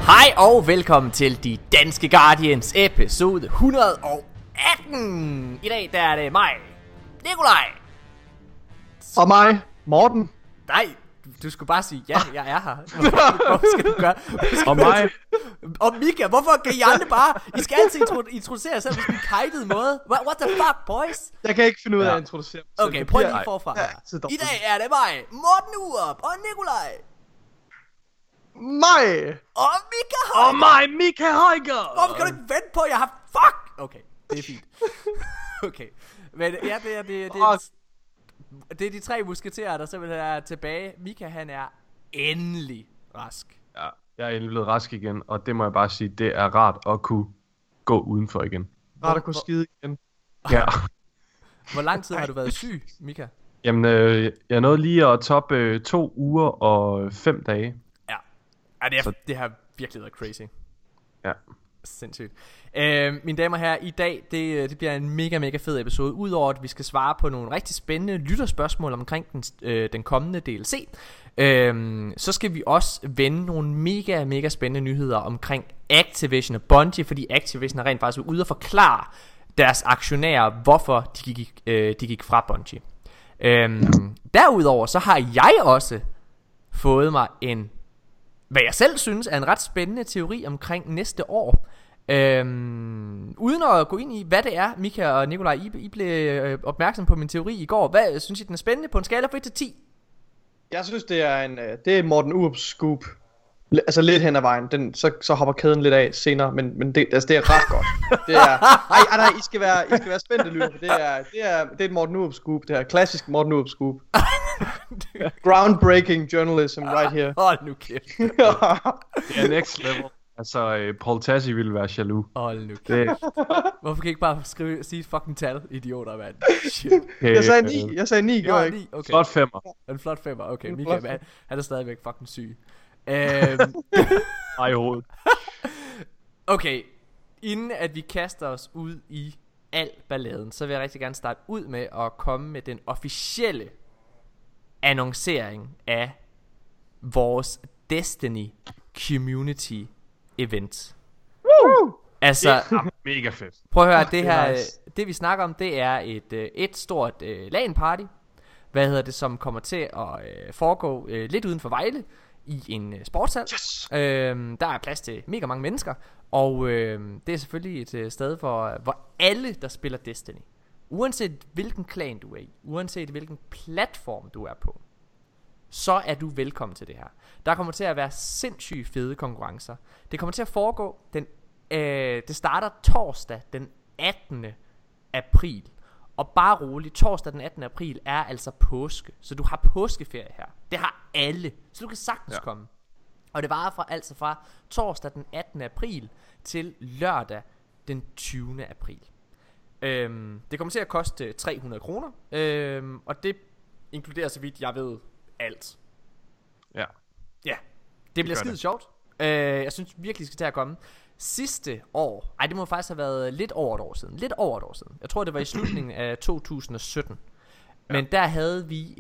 Hej og velkommen til De Danske Guardians episode 118. I dag der er det mig, Nikolaj. Og mig, Morten. Nej, du skulle bare sige, ja, jeg er her. Hvorfor skal du gøre? Og mig. Og Mika, hvorfor kan I aldrig bare... I skal altid introducere jer selv på sådan en kajtet måde. What the fuck, boys? Jeg kan ikke finde ud af at introducere mig selv. Okay, prøv lige forfra. I dag er det mig, Morten Urup og Nikolaj. Mig. Og Mika Højgaard. Og mig, Mika Højgaard. Hvorfor kan du ikke vente på, at jeg har... Fuck! Okay, det er fint. Okay, men ja, det er de tre musketerer, der simpelthen er tilbage. Mika, han er endelig rask. Ja, jeg er endelig blevet rask igen, og det må jeg bare sige, det er rart at kunne gå udenfor igen. Rart at kunne skide igen. Ja. Hvor lang tid har du været syg, Mika? Jamen, jeg nåede lige at toppe 2 uger og 5 dage. Ja, det har virkelig været crazy. Ja. Sindssygt. Mine damer og herrer, i dag det bliver en mega fed episode. Udover at vi skal svare på nogle rigtig spændende lytterspørgsmål omkring den kommende DLC, så skal vi også vende nogle mega spændende nyheder omkring Activision og Bungie. Fordi Activision har rent faktisk ude at forklare deres aktionærer, hvorfor de gik fra Bungie. Derudover så har jeg også fået mig hvad jeg selv synes er en ret spændende teori omkring næste år. Uden at gå ind i hvad det er, Mika og Nikolaj, I blev opmærksom på min teori i går. Hvad synes I den er spændende på en skala fra 1 til 10? Jeg synes det er Morten Urups scoop. Altså lidt hen ad vejen. Så hopper kæden lidt af senere, men det er ret godt. Det er nej, I skal være spændte lytter. Det er et Morten Urup scoop. Det er klassisk Morten Urup scoop. Groundbreaking journalism right here. Hold nu kæft. Det er next level. Altså, Paul Tassi ville være jaloux. Hold nu kæft. Hvorfor kan I ikke bare sige et fucking tal, idioter, mand? Shit. Jeg sagde 9, gjorde jeg ikke? Okay. Flot 5'er. En flot 5'er, okay. Mika, han er stadigvæk fucking syg. Ej, i hovedet. Okay, inden at vi kaster os ud i al balladen, så vil jeg rigtig gerne starte ud med at komme med den officielle annoncering af vores Destiny Community Event. Altså, det er mega fedt. Prøv at høre, det her, nice. Det vi snakker om, det er et stort LAN party, som kommer til at foregå lidt uden for Vejle i en sportshal. Yes. Der er plads til mega mange mennesker, og det er selvfølgelig et sted hvor alle der spiller Destiny, uanset hvilken klan du er i, uanset hvilken platform du er på, så er du velkommen til det her. Der kommer til at være sindssygt fede konkurrencer. Det kommer til at foregå det starter torsdag den 18. april. Og bare roligt, torsdag den 18. april er altså påske. Så du har påskeferie her. Det har alle. Så du kan sagtens komme. Og det varer fra torsdag den 18. april til lørdag den 20. april. Det kommer til at koste 300 kroner. Og det inkluderer, så vidt jeg ved, alt. Ja. Ja, det bliver skide sjovt. Jeg synes virkelig skal til at komme. Sidste år, det må faktisk have været lidt over et år siden. Jeg tror det var i slutningen af 2017. Men der havde vi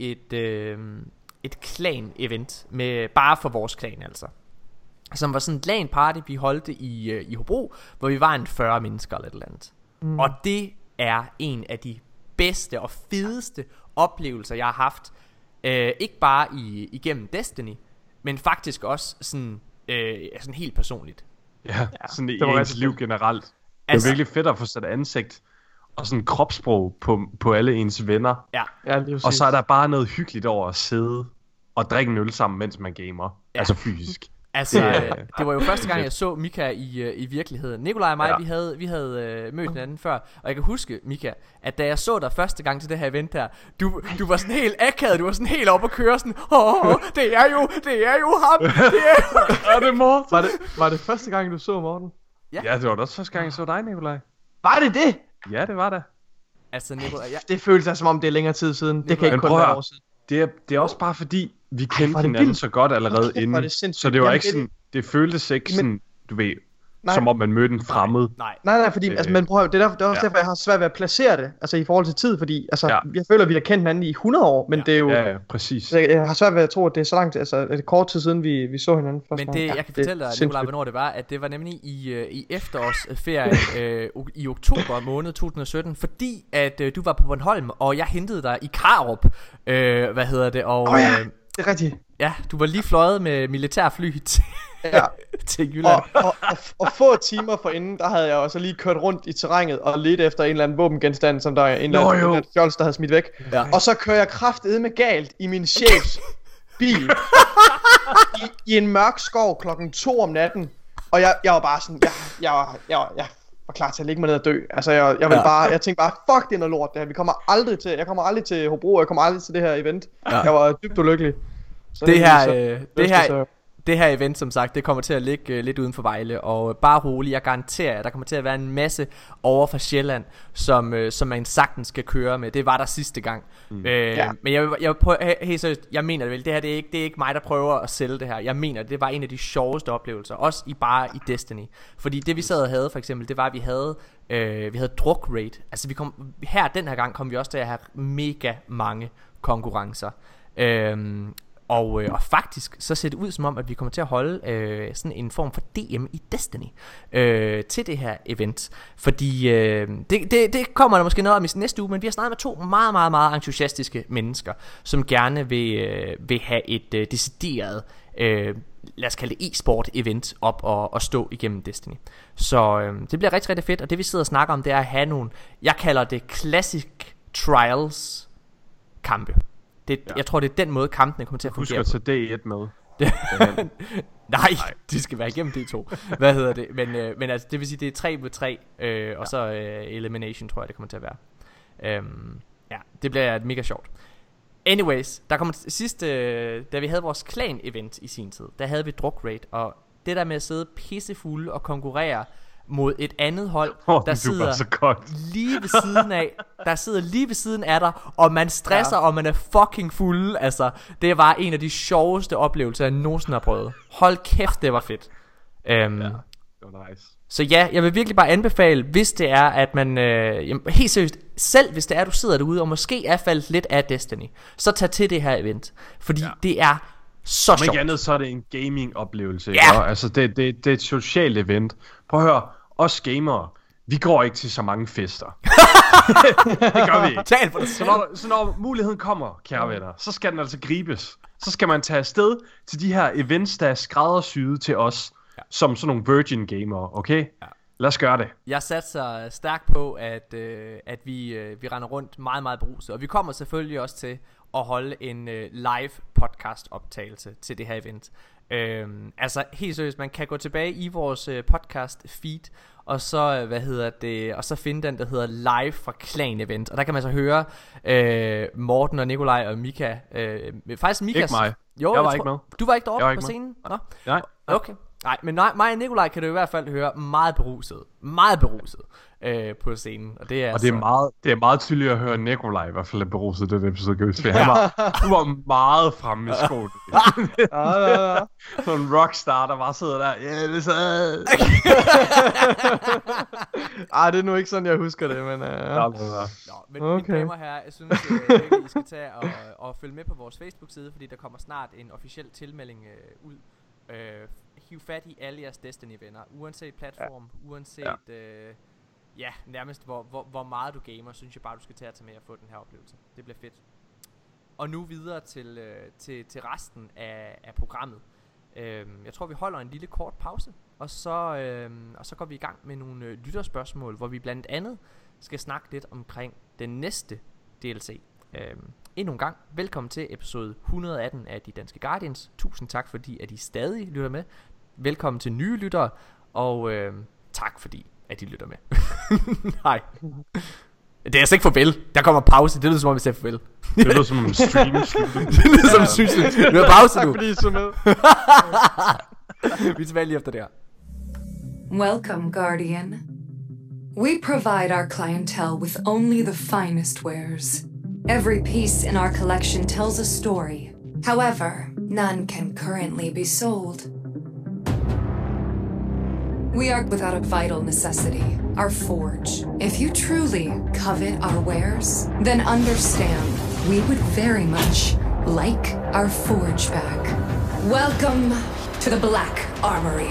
et klan-event med bare for vores klan altså, som var sådan et LAN-party vi holdte i Hobro, hvor vi var en 40 mennesker eller et eller andet. Og det er en af de bedste og fedeste oplevelser jeg har haft, ikke bare igennem Destiny, men faktisk også sådan helt personligt. Ja, sådan i ens liv generelt. Det er virkelig fedt at få sat ansigt og sådan kropssprog på alle ens venner. Ja, og så er der bare noget hyggeligt over at sidde og drikke en øl sammen, mens man gamer. Ja. Altså fysisk. Altså, det var jo første gang jeg så Mika i virkeligheden. Nikolaj og mig, vi havde mødt hinanden før. Og jeg kan huske, Mika, at da jeg så dig første gang til det her event her, du var sådan helt akavet. Du var sådan helt oppe at køre sådan, det er jo ham. Det er det Morten. Var det første gang du så Morten? Ja, det var også første gang jeg så dig, Nikolaj. Var det? Ja, det var det. Altså Nikolaj, det føles altså som om det er længere tid siden. Det kan ikke kun være år siden. Det er også bare fordi vi kendte hinanden så godt allerede inden. Så det var ikke sådan, det føltes ikke sådan, du ved, som om man mødte en fremmed. Nej, fordi altså, man prøver, det er også derfor, jeg har svært ved at placere det, altså i forhold til tid, fordi altså, jeg føler, at vi har kendt hinanden i 100 år, men det er jo... Ja, præcis. Jeg har svært ved at tro, at det er så langt, altså det er kort tid siden, vi så hinanden første gang. Men det, jeg kan fortælle dig, Nikolaj, hvornår det var, at det var nemlig i efterårsferien i oktober måned 2017, fordi at du var på Bornholm, og jeg hentede dig i Karup, og... det er rigtigt. Ja, du var lige fløjet med militærfly til Jylland. Og få timer forinden, der havde jeg også lige kørt rundt i terrænet og lidt efter en eller anden våbengenstand, som der er en eller anden fjols, der havde smidt væk. Ja. Og så kører jeg kraftedeme galt i min chefs bil i en mørk skov 2:00 om natten. Og jeg var bare sådan, jeg var klar til at lægge mig ned og dø. Altså jeg tænkte bare, fuck det er noget lort det her. Jeg kommer aldrig til Hobro, jeg kommer aldrig til det her event. Jeg var dybt ulykkelig. Så det her event, som sagt, det kommer til at ligge lidt uden for Vejle. Og bare rolig, jeg garanterer, at der kommer til at være en masse over fra Sjælland, som man sagtens skal køre med. Det var der sidste gang. Men jeg prøver, helt seriøst, jeg mener det vel. Det her, det er ikke mig, der prøver at sælge det her. Jeg mener, det var en af de sjoveste oplevelser, også i Destiny. Fordi det vi sad og havde, for eksempel, det var, at vi havde druk raid. Altså den her gang kom vi også til at have mega mange konkurrencer. Og faktisk så ser det ud som om, at vi kommer til at holde sådan en form for DM i Destiny til det her event. Fordi det kommer der måske noget om i næste uge, men vi har snakket med 2 meget, meget, meget entusiastiske mennesker, som gerne vil have et decideret, lad os kalde det e-sport event op og stå igennem Destiny. Så det bliver rigtig, rigtig fedt, og det vi sidder og snakker om, det er at have nogle, jeg kalder det Classic Trials kampe. Jeg tror det er den måde kampene kommer til at fungere. Husk at tage D1 med. Nej, de skal være igennem D2. Hvad hedder det? Men altså det vil sige det er 3 mod 3 og så elimination tror jeg det kommer til at være. Det bliver mega sjovt. Anyways, der kommer sidst da vi havde vores clan event i sin tid, der havde vi druk raid, og det der med at sidde pissefulde og konkurrere mod et andet hold, der sidder lige ved siden af, lige ved siden af dig, og man stresser, og man er fucking fuld. Altså, det var en af de sjoveste oplevelser, jeg nogensinde har prøvet. Hold kæft, det var fedt. Det var nice. Så ja, jeg vil virkelig bare anbefale, hvis det er, at man, helt seriøst, selv hvis det er, at du sidder derude, og måske er faldet lidt af Destiny, så tag til det her event, fordi det er så sjovt. Om ikke andet, så er det en gaming-oplevelse. Ja. Altså, det er et socialt event. Prøv at høre, os gamere, vi går ikke til så mange fester. Det gør vi ikke. Tal for det. Så når muligheden kommer, kære venner, så skal den altså gribes. Så skal man tage afsted til de her events, der er skræddersyet til os, som sådan nogle virgin gamere, okay? Ja. Lad os gøre det. Jeg satser stærkt på, at vi render rundt meget, meget beruset. Og vi kommer selvfølgelig også til at holde en live podcast optagelse til det her event. Altså helt seriøst, man kan gå tilbage i vores podcast feed, og så og så finde den der hedder live fra Clan Event, og der kan man så høre Morten og Nikolaj og Mika, faktisk Mikas. Ikke mig. Jo, jeg var ikke med. Du var ikke deroppe på scenen? Nå? Nej. Okay. Nej, men mig og Nikolaj kan du i hvert fald høre meget beruset på scenen, og det er det er meget tydeligt at høre Nikolaj i hvert fald er beruset den episode, han var meget fremme i skolen. Sådan en rockstar der bare sidder der. Det er nu ikke sådan jeg husker det, men men mine damer og herrer, jeg synes virkelig I skal tage og følge med på vores Facebook-side, fordi der kommer snart en officiel tilmelding ud. Hiv fat i alle jeres Destiny-venner, uanset platform, uanset nærmest hvor meget du gamer, synes jeg bare du skal tage med at få den her oplevelse. Det bliver fedt. Og nu videre til resten af programmet. Jeg tror vi holder en lille kort pause, og så går vi i gang med nogle lytterspørgsmål, hvor vi blandt andet skal snakke lidt omkring den næste DLC. Endnu en gang, velkommen til episode 118 af De Danske Guardians. Tusind tak fordi at I stadig lytter med. Velkommen til nye lyttere, og tak fordi at I lytter med. Hej. Det er altså ikke farvel. Der kommer pause. Det lyder som om vi siger farvel. Det lyder som en stream. Det lyder som en stream. Vi har pause nu. Tak fordi I så med. Vi er tilbage lige efter det her. Welcome, Guardian. We provide our clientele with only the finest wares. Every piece in our collection tells a story. However, none can currently be sold. We are without a vital necessity, our forge. If you truly covet our wares, then understand we would very much like our forge back. Welcome to the Black Armory.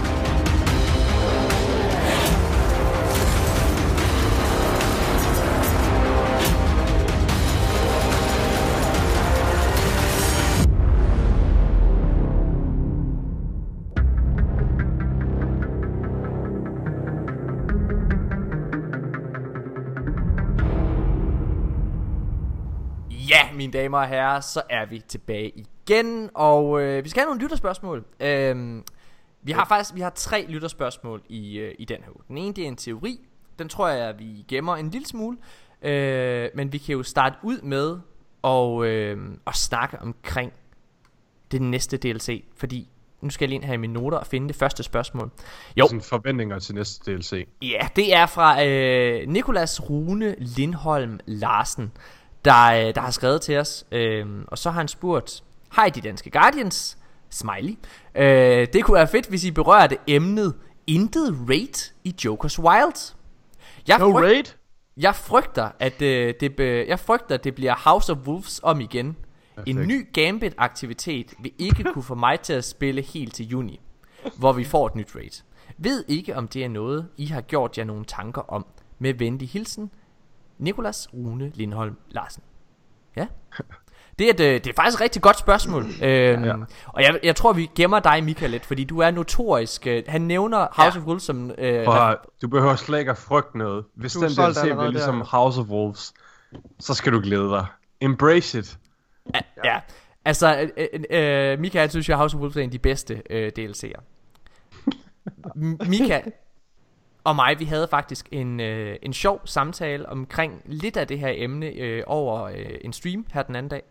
Ja, mine damer og herrer, så er vi tilbage igen, og vi skal have nogle lytterspørgsmål. Vi har 3 lytterspørgsmål i den her uge. Den ene, det er en teori. Den tror jeg, vi gemmer en lille smule. Men vi kan jo starte ud med at snakke omkring det næste DLC. Fordi nu skal jeg lige ind her i mine noter og finde det første spørgsmål. Jo. Sådan forventninger til næste DLC. Ja, det er fra Nicolas Rune Lindholm Larsen, der har skrevet til os, og så har han spurgt: hej de danske Guardians, smiley. Det kunne være fedt, hvis I berørte emnet intet raid i Jokers Wild. Jeg frygter, at det bliver House of Wolves om igen. Perfekt. En ny Gambit aktivitet vil ikke kunne få mig til at spille helt til juni, hvor vi får et nyt raid. Ved ikke om det er noget I har gjort jer nogle tanker om. Med venlig hilsen, Nicolas Rune Lindholm Larsen. Ja. Det er faktisk et rigtig godt spørgsmål. Og jeg tror vi gemmer dig, Michael, lidt, fordi du er notorisk. Han nævner House of Wolves som du behøver slet ikke at frygte noget. Hvis den DLC bliver ligesom House of Wolves, så skal du glæde dig. Embrace it. Ja. Altså Michael synes jeg House of Wolves er en af de bedste DLC'er. Michael og mig, vi havde faktisk en sjov samtale omkring lidt af det her emne over en stream her den anden dag,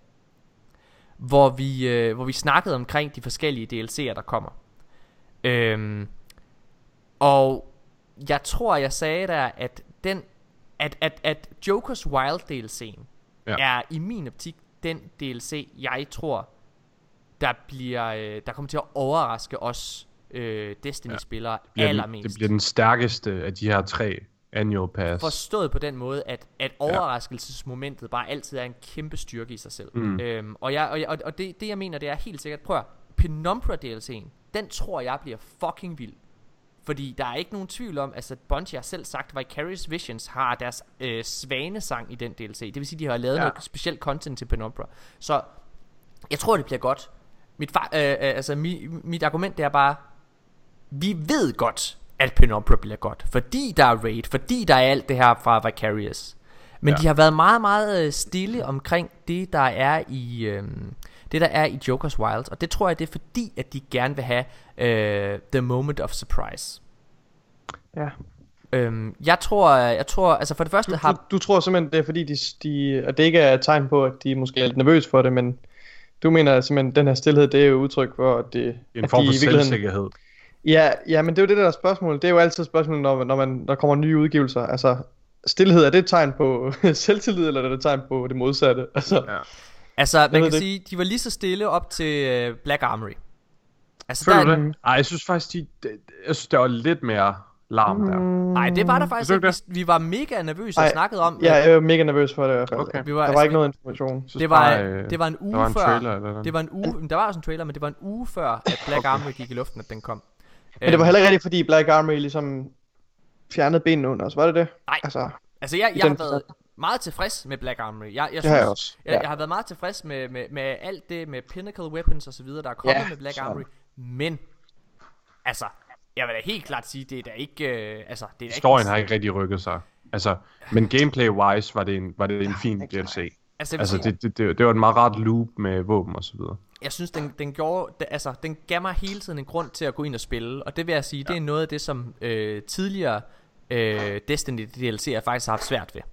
hvor vi snakkede omkring de forskellige DLC'er, der kommer. Og jeg tror, jeg sagde der, at Jokers Wild DLC'en er i min optik den DLC, jeg tror, der kommer til at overraske os Destiny-spillere allermest. Det bliver den stærkeste af de her 3 annual pass. Forstået på den måde, at overraskelsesmomentet bare altid er en kæmpe styrke i sig selv. Og det jeg mener, det er helt sikkert. Prøv at Penumbra DLC'en, den tror jeg bliver fucking vild. Fordi der er ikke nogen tvivl om, altså Bungie har selv sagt, Vicarious Visions har deres svanesang i den DLC. Det vil sige, de har lavet noget specielt content til Penumbra. Så jeg tror, det bliver godt. Mit argument det er bare, vi ved godt, at Penumbra bliver godt, fordi der er raid, fordi der er alt det her fra Vicarious. Men de har været meget, meget stille omkring det, der er i Jokers Wild. Og det tror jeg, det er fordi, at de gerne vil have the moment of surprise. Ja. Jeg tror, altså for det første du tror simpelthen, det er fordi, at det ikke er et tegn på, at de måske er lidt nervøse for det, men du mener simpelthen, den her stillhed, det er jo udtryk for, at det en form for selvsikkerhed. Ja, men det er jo det der spørgsmål. Det er jo altid et spørgsmål, når der kommer nye udgivelser. Altså, stilhed, er det et tegn på selvtillid, eller er det et tegn på det modsatte? Altså man kan sige, de var lige så stille op til Black Armory. Altså, føler du det? Ej, jeg synes faktisk, der var lidt mere larm der. Nej, det var der faktisk ikke. Vi var mega nervøse og snakkede om. Ja, jeg var mega nervøs for det i hvert fald. Okay. Der var ikke noget information. Det var en uge før. Det var en uge. Der var også en trailer, men det var en uge før, at Black Armory gik i luften, at den kom. Men det var heller ikke rigtigt, fordi Black Armory ligesom fjernede benene under os, var det det? Nej. Altså jeg har været meget tilfreds med Black Armory. Jeg har været meget tilfreds med alt det med Pinnacle Weapons og så videre, der er kommet med Black Armory. Men altså, jeg vil da helt klart sige, det er da ikke historien har ikke rigtig rykket sig. Altså, men gameplay wise var det en fin DLC. Altså det var en meget rart loop med våben og så videre. Jeg synes den gav mig hele tiden en grund til at gå ind og spille. Og det vil jeg sige, det er noget af det som tidligere Destiny DLC'er faktisk har haft svært ved.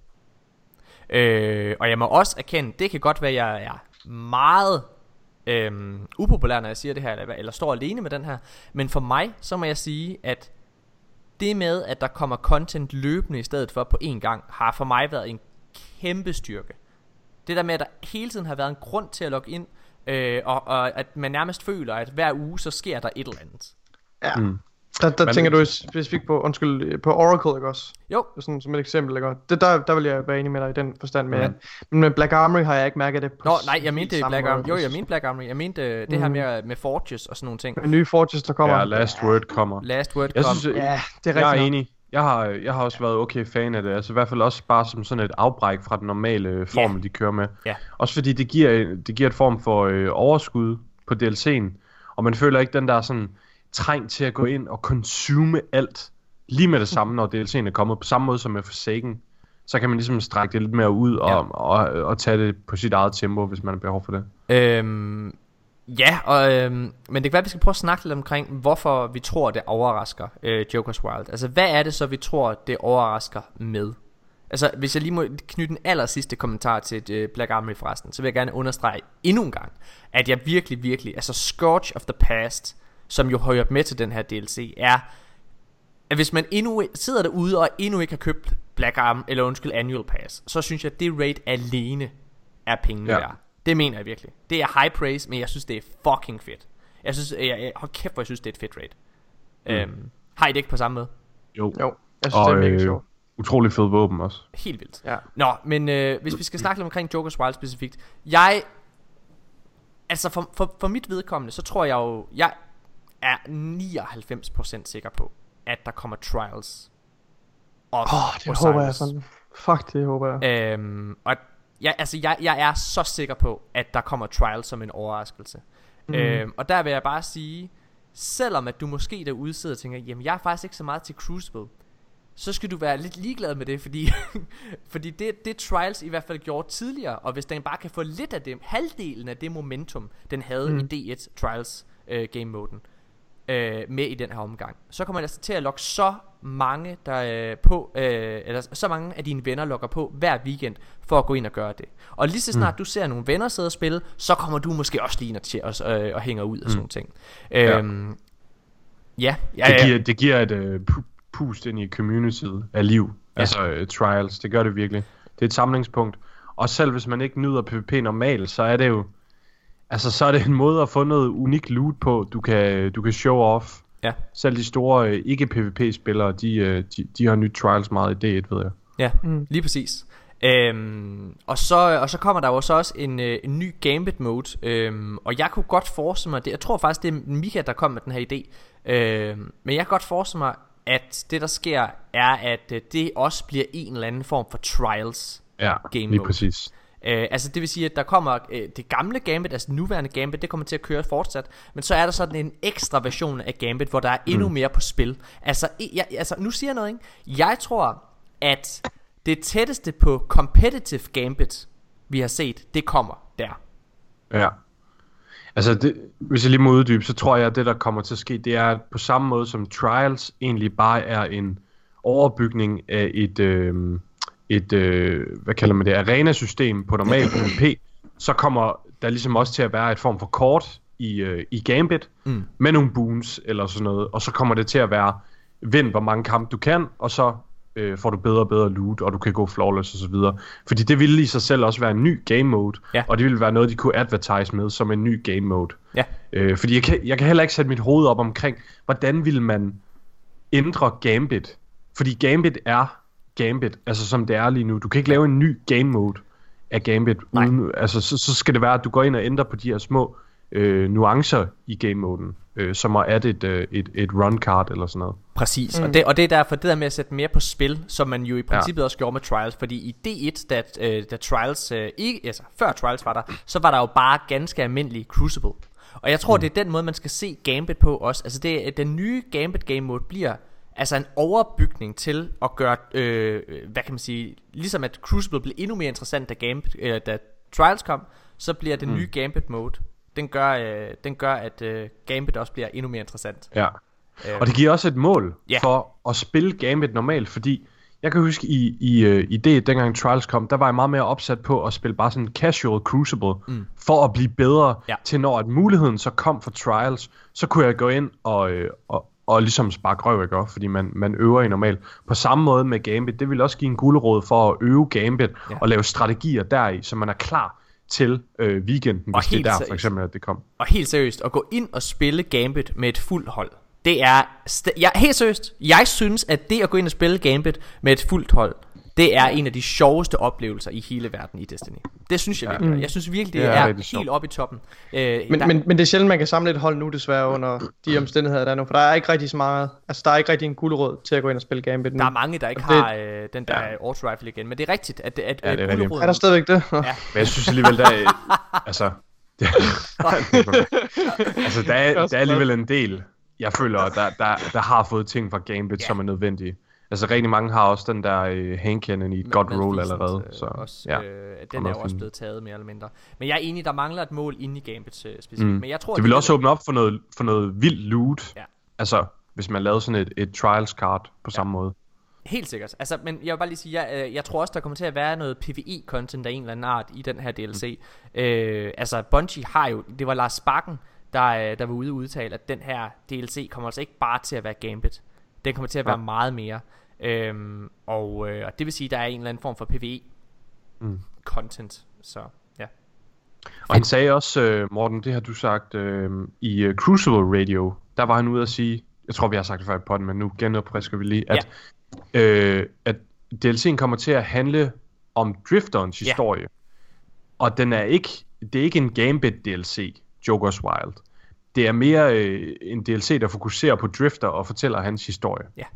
Og jeg må også erkende, det kan godt være, at jeg er meget upopulær, når jeg siger det her, eller står alene med den her. Men for mig, så må jeg sige, at det med, at der kommer content løbende i stedet for på én gang, har for mig været en kæmpe styrke. Det der med, at der hele tiden har været en grund til at logge ind, og at man nærmest føler, at hver uge, så sker der et eller andet. Ja. Der tænker du specifikt på, på Oracle, ikke også? Jo. Sådan som et eksempel, ikke også? Der vil jeg være enig med dig i den forstand med. Men med Black Armory har jeg ikke mærket det på. Nej, jeg mente Black Armory. Jo, jeg mente Black Armory. Jeg mente det her med Forges og sådan nogle ting. Med nye Forges, der kommer. Ja, Last Word kommer. Last Word kommer. Det er rigtigt. Jeg er enig. Jeg har også været okay fan af det. Altså i hvert fald også bare som sådan et afbræk fra den normale formel, de kører med. Også fordi det giver et form for overskud på DLC'en. Og man føler ikke den der sådan træng til at gå ind og consume alt lige med det samme, når DLC'en er kommet. På samme måde som med Forsaken. Så kan man ligesom strække det lidt mere ud og tage det på sit eget tempo, hvis man har behov for det. Men det kan være, at vi skal prøve at snakke lidt omkring, hvorfor vi tror, det overrasker Jokers Wild. Altså, hvad er det så, vi tror, det overrasker med? Altså, hvis jeg lige må knytte den aller sidste kommentar til Black Armory forresten, så vil jeg gerne understrege endnu en gang, at jeg virkelig, altså Scourge of the Past, som jo hører med til den her DLC, er, at hvis man endnu sidder derude og endnu ikke har købt Black Arm, eller Annual Pass, så synes jeg, at det raid alene er pengene værd. Det mener jeg virkelig. Det er high praise, men jeg synes, det er fucking fedt. Jeg synes, hold kæft, hvor jeg synes, det er et fedt raid. Har I det ikke på samme måde? Jo. Jeg synes, det er mega sjovt. Utrolig fed våben også. Helt vildt. Ja. Nå, men hvis vi skal snakke lidt omkring Jokers Wild specifikt. Altså for mit vedkommende, så tror jeg er 99% sikker på, at der kommer Trials. Det håber jeg sådan. Fuck, det håber jeg. Og jeg er så sikker på, at der kommer Trials som en overraskelse. Og der vil jeg bare sige, selvom at du måske derude sidder og tænker, jamen jeg er faktisk ikke så meget til Crucible, så skal du være lidt ligeglad med det, fordi det Trials i hvert fald gjorde tidligere, og hvis den bare kan få lidt af det, halvdelen af det momentum, den havde i D1 Trials game-moden, med i den her omgang, så kommer det altså til at lokke så mange eller så mange af dine venner logger på hver weekend for at gå ind og gøre det. Og lige så snart du ser nogle venner sidde og spille, så kommer du måske også lige ind og hænger ud og sådan ting. Det giver et pust ind i communityet af liv. Altså Trials, det gør det virkelig. Det er et samlingspunkt. Og selv hvis man ikke nyder PvP normalt, så er det jo, altså så er det en måde at få noget unikt loot på. Du kan show off. Ja. Selv de store ikke PvP spillere, de har nyt Trials meget i D1, ved jeg. Ja, lige præcis. Og så kommer der jo så også en ny Gambit mode, og jeg kunne godt forestille mig det. Jeg tror faktisk det er Mika, der kom med den her idé, men jeg kan godt forestille mig, at det der sker er, at det også bliver en eller anden form for Trials game lige mode. Præcis. Altså det vil sige, at der kommer det gamle Gambit, altså den nuværende Gambit, det kommer til at køre fortsat. Men så er der sådan en ekstra version af Gambit, hvor der er endnu mere på spil. Altså nu siger jeg noget, ikke? Jeg tror, at det tætteste på competitive Gambit, vi har set, det kommer der. Ja. Altså hvis jeg lige må uddybe, så tror jeg, at det der kommer til at ske, det er på samme måde som Trials egentlig bare er en overbygning af et hvad kalder man det, arena-system på normal PvP, så kommer der ligesom også til at være et form for kort i Gambit, med nogle boons eller sådan noget, og så kommer det til at være, vind hvor mange kampe du kan, og så får du bedre og bedre loot, og du kan gå flawless og så videre. Fordi det ville i sig selv også være en ny game mode, og det ville være noget, de kunne advertise med som en ny game mode. Ja. Fordi jeg kan heller ikke sætte mit hoved op omkring, hvordan ville man ændre Gambit? Fordi Gambit er Gambit, altså som det er lige nu. Du kan ikke lave en ny game mode af Gambit uden, altså så skal det være, at du går ind og ændrer på de her små nuancer i game moden, som at et run card eller sådan noget. Præcis, og det er derfor det der med at sætte mere på spil, som man jo i princippet også gjorde med Trials, fordi i D1 da Trials før Trials var der, så var der jo bare ganske almindelig Crucible. Og jeg tror det er den måde man skal se Gambit på også. Altså den nye Gambit game mode bliver altså en overbygning til at gøre hvad kan man sige, ligesom at Crucible blev endnu mere interessant da Trials kom, så bliver den nye Gambit mode, den gør at Gambit også bliver endnu mere interessant. Ja. Og det giver også et mål for at spille Gambit normalt, fordi jeg kan huske i det, dengang Trials kom, der var jeg meget mere opsat på at spille bare sådan casual Crucible, for at blive bedre til når at muligheden så kom for Trials, så kunne jeg gå ind og ligesom sparke røv, ikke? Fordi man øver i normalt. På samme måde med Gambit, det vil også give en gulerod for at øve Gambit og lave strategier deri, så man er klar til weekenden, hvis det er der for eksempel, at det kom. Og helt seriøst, at gå ind og spille Gambit med et fuldt hold, det er helt seriøst, jeg synes at det at gå ind og spille Gambit med et fuldt hold, det er en af de sjoveste oplevelser i hele verden i Destiny. Det synes jeg virkelig. Jeg synes virkelig, det er helt oppe i toppen. Men det er sjældent, man kan samle et hold nu, desværre, under de omstændigheder, der er nu. For der er ikke rigtig så meget. Altså, der er ikke rigtig en guldråd til at gå ind og spille Gambit nu. Der er mange, der ikke har den der auto-rifle igen. Men det er rigtigt, at guldråden... Er der stadigvæk det? Ja. Men jeg synes alligevel, der er... altså, der er alligevel en del, jeg føler, der har fået ting fra Gambit, som er nødvendige. Altså rigtig mange har også den der handcannon i God Roll allerede. Så, også, den er jo også blevet taget mere eller mindre. Men jeg er enig, der mangler et mål inde i Gambit specifikt. Men jeg tror, det vil også åbne op for noget vildt loot. Ja. Altså hvis man lavede sådan et trials card på samme måde. Helt sikkert. Altså, men jeg vil bare lige sige, jeg tror også, der kommer til at være noget PvE-content af en eller anden art i den her DLC. Altså Bungie har jo, det var Lars Bakken, der var ude og udtale, at den her DLC kommer altså ikke bare til at være Gambit. Den kommer til at være meget mere. Og det vil sige, at der er en eller anden form for PvE content. Så ja. Og han sagde også, Morten, det har du sagt i Crucible Radio. Der var han ude at sige, jeg tror vi har sagt det før i podden, men nu genopfrisker vi lige, at DLC'en kommer til at handle om Drifterens historie. Og det er ikke en Gambit DLC, Joker's Wild. Det er mere en DLC, der fokuserer på Drifter og fortæller hans historie. Ja.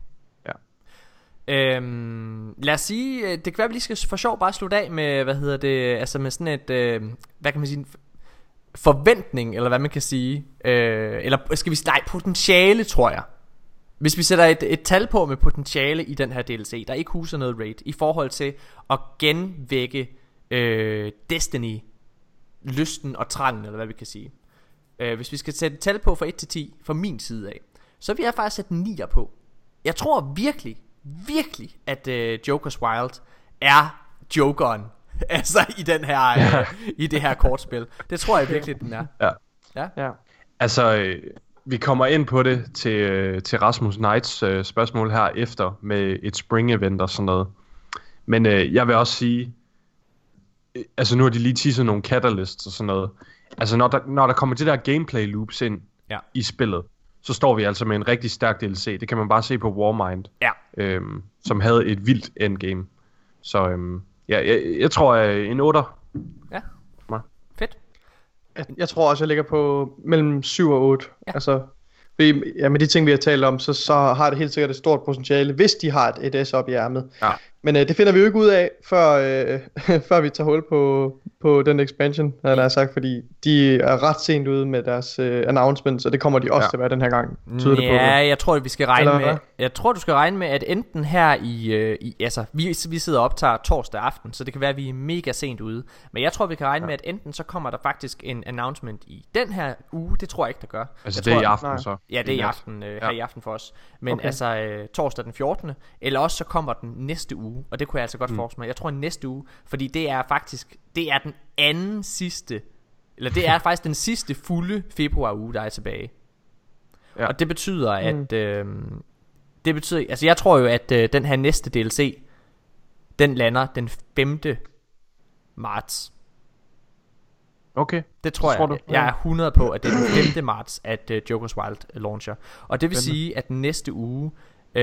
Lad os sige, det kan være, vi lige skal for sjov bare slutte af med, altså med sådan et, hvad kan man sige, forventning, eller hvad man kan sige, eller skal vi sige, potentiale, tror jeg. Hvis vi sætter et tal på med potentiale i den her DLC, der ikke huser noget raid, i forhold til at genvække Destiny, lysten og trangen, eller hvad vi kan sige. Hvis vi skal sætte et tal på fra 1 til 10 fra min side af, så vil jeg faktisk sætte 9'er på. Jeg tror virkelig at Joker's Wild er Jokeren. Altså i den her i det her kortspil. Det tror jeg virkelig den er. Ja. Altså vi kommer ind på det til Rasmus Knights spørgsmål her efter med et spring event og sådan noget. Men jeg vil også sige, altså nu har de lige teaset nogle catalysts og sådan noget. Altså når der kommer det der gameplay loops ind i spillet, så står vi altså med en rigtig stærk DLC. Det kan man bare se på Warmind, som havde et vildt endgame. Så jeg tror en 8'er. Ja, fedt. Jeg tror også, jeg ligger på mellem 7 og 8. Altså, med de ting, vi har talt om, så har det helt sikkert et stort potentiale, hvis de har et S op i ærmet. Ja. Men det finder vi jo ikke ud af, før vi tager hul på den expansion, havde jeg sagt, fordi de er ret sent ude med deres announcements, og det kommer de også til at være den her gang. Jeg tror, vi skal regne med. Jeg tror, du skal regne med, at enten her altså vi sidder og optager torsdag aften, så det kan være, at vi er mega sent ude. Men jeg tror, vi kan regne med, at enten så kommer der faktisk en announcement i den her uge. Det tror jeg ikke, der gør. Altså det er i aften så? Ja, det er i aften, her i aften for os. Men altså torsdag den 14. Eller også så kommer den næste uge. Og det kunne jeg altså godt forestille mig. Jeg tror næste uge, fordi det er faktisk, det er den anden sidste, eller det er faktisk den sidste fulde februar uge, der er tilbage. Og det betyder at altså jeg tror jo at den her næste DLC, den lander den 5. marts. Okay. Det tror jeg. Jeg er 100 på, at det er den 5. marts, at Joker's Wild launcher. Og det vil sige, at den næste uge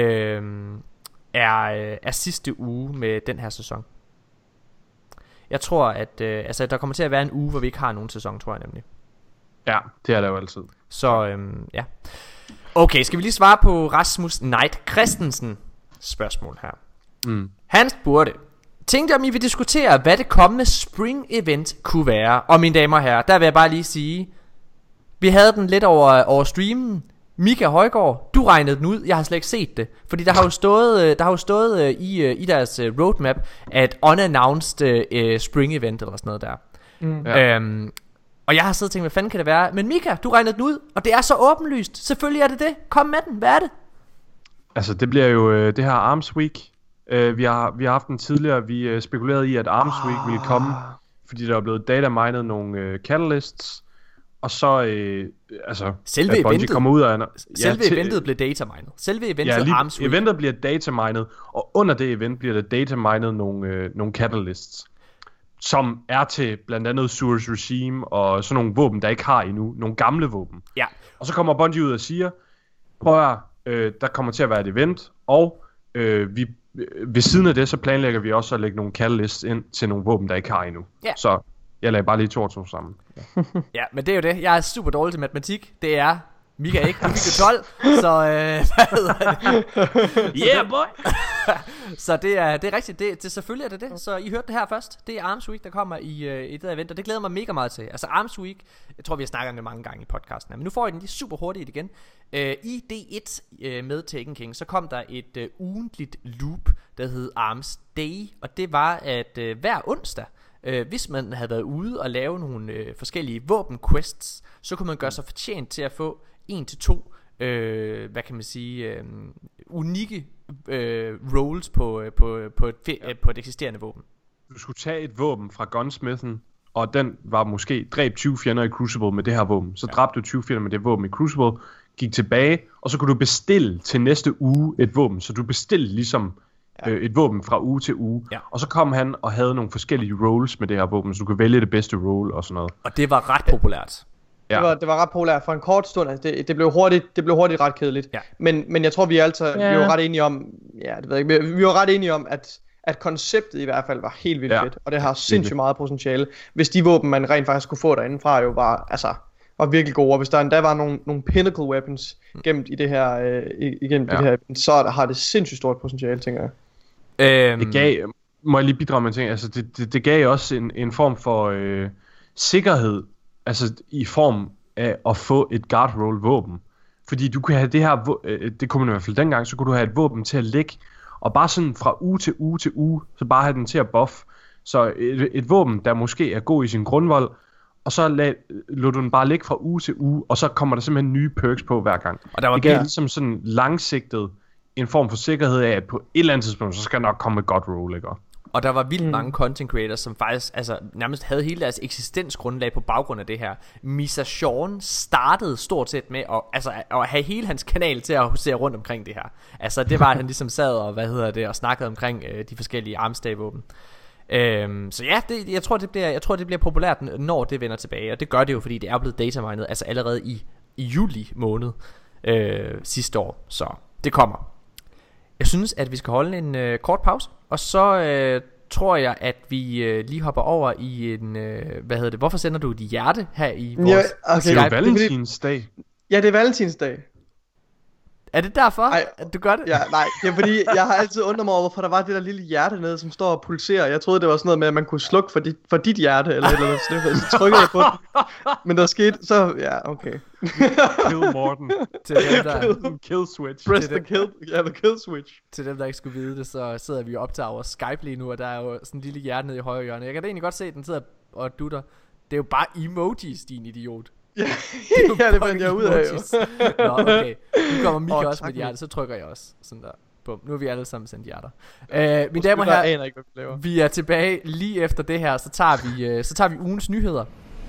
er sidste uge med den her sæson. Jeg tror at altså der kommer til at være en uge, hvor vi ikke har nogen sæson, tror jeg nemlig. Ja, det er der jo altid. Så ja. Okay, skal vi lige svare på Rasmus Knight Christensen spørgsmål her. Han spurgte: tænkte om I vil diskutere, hvad det kommende spring event kunne være. Og mine damer og herrer, der vil jeg bare lige sige, vi havde den lidt over streamen. Mika Højgaard, du regnede den ud. Jeg har slet ikke set det, fordi der har jo stået i deres roadmap at unannounced spring event eller sådan noget der. Og jeg har siddet og tænkt, hvad fanden kan det være? Men Mika, du regnede den ud, og det er så åbenlyst. Selvfølgelig er det. Kom med den. Hvad er det? Altså det bliver jo det her Arms Week. Vi har haft den tidligere. Vi spekulerede i at Arms Week ville komme, fordi der er blevet datamined nogle catalysts. Og så altså selve eventet kommer ud af eventet blev datamined. Selve eventet Arms Week. Eventet bliver datamined, og under det event bliver der datamined nogle catalysts, som er til blandt andet Surge Regime og sådan nogle våben der ikke har endnu, nogle gamle våben. Ja. Og så kommer Bungie ud og siger, prøv at der kommer til at være et event, og vi ved siden af det, så planlægger vi også at lægge nogle catalysts ind til nogle våben, der ikke har endnu. Ja. Så jeg lagde bare lige 2 og 2 sammen. Ja, men det er jo det. Jeg er super dårlig til matematik. Det er Mika ikke. Du fik jo 12, så hvad hedder det? Yeah, boy! Så det er rigtigt. Det selvfølgelig er det. Så I hørte det her først. Det er Arms Week, der kommer i det her event, og det glæder mig mega meget til. Altså Arms Week, jeg tror vi har snakket om det mange gange i podcasten her, men nu får I den lige super hurtigt igen. I D1 med Taken King, så kom der et ugentligt loop, der hed Arms Day, og det var at hver onsdag, hvis man havde været ude og lave nogle forskellige våbenquests, så kunne man gøre sig fortjent til at få 1-2 hvad kan man sige, unikke rolls på et eksisterende våben. Du skulle tage et våben fra gunsmithen, og den var måske dræb 20 fjender i Crucible med det her våben. Så dræbte du 20 fjender med det våben i Crucible, gik tilbage, og så kunne du bestille til næste uge et våben. Så du bestilte ligesom et våben fra uge til uge. Ja. Og så kom han og havde nogle forskellige rolls med det her våben, så du kunne vælge det bedste roll og sådan noget. Og det var ret populært. Ja. Det var ret populært for en kort stund. Altså det blev hurtigt ret kedeligt. Ja. Men jeg tror vi var ret enige om, det ved jeg ikke, vi var ret enige om at konceptet i hvert fald var helt vildt fedt, og det har sindssygt meget potentiale. Hvis de våben man rent faktisk kunne få derinde fra jo var virkelig gode, og hvis der endda var nogle pinnacle weapons gemt i det her det her, så har det sindssygt stort potentiale, tænker jeg. Det gav, må jeg lige bidrage med en ting, altså det gav også en form for sikkerhed, altså i form af at få et guard roll våben, fordi du kan have det her, det kunne man i hvert fald dengang, så kunne du have et våben til at ligge, og bare sådan fra uge til uge til uge, så bare have den til at buff, så et våben, der måske er god i sin grundvold, og så lod du den bare ligge fra uge til uge, og så kommer der simpelthen nye perks på hver gang. Og det gav ligesom sådan langsigtet en form for sikkerhed af, at på et eller andet tidspunkt, så skal der nok komme et godt roll, ikke? Og der var vildt mange content creators, som faktisk nærmest havde hele deres eksistensgrundlag på baggrund af det her. Misa Sean startede stort set med at have hele hans kanal til at husere rundt omkring det her. Altså det var, at han ligesom sad og snakkede omkring de forskellige armstagvåben. Så ja, jeg tror det bliver populært, når det vender tilbage. Og det gør det jo, fordi det er blevet datamined altså allerede i juli måned sidste år. Så det kommer. Jeg synes at vi skal holde en kort pause, og så tror jeg at vi lige hopper over i en hvorfor sender du et hjerte her i vores Skype? Det er valentinsdag. Ja, det er valentinsdag. Er det derfor, at du gør det? Ja, nej, det er fordi, jeg har altid undret mig over, hvorfor der var det der lille hjerte nede, som står og pulserer. Jeg troede, det var sådan noget med, at man kunne slukke for dit hjerte, eller noget. Så trykkede jeg på det. Men der skete, så, ja, okay. Kill Morten. Til dem, der... Kill switch. Press the kill switch. Til dem, der ikke skulle vide det, så sidder vi jo optager over Skype lige nu, og der er jo sådan en lille hjerte nede i højre hjørne. Jeg kan da egentlig godt se, at den sidder og dutter. Det er jo bare emojis, din idiot. Det fandt jeg ud af jo. Nå, okay. Nu kommer Mika også med et hjerte, så trykker jeg også. Sådan der. Bum. Nu er vi alle sammen sendt hjerter. Mine damer og herrer, vi er tilbage lige efter det her. Så tager vi ugens nyheder.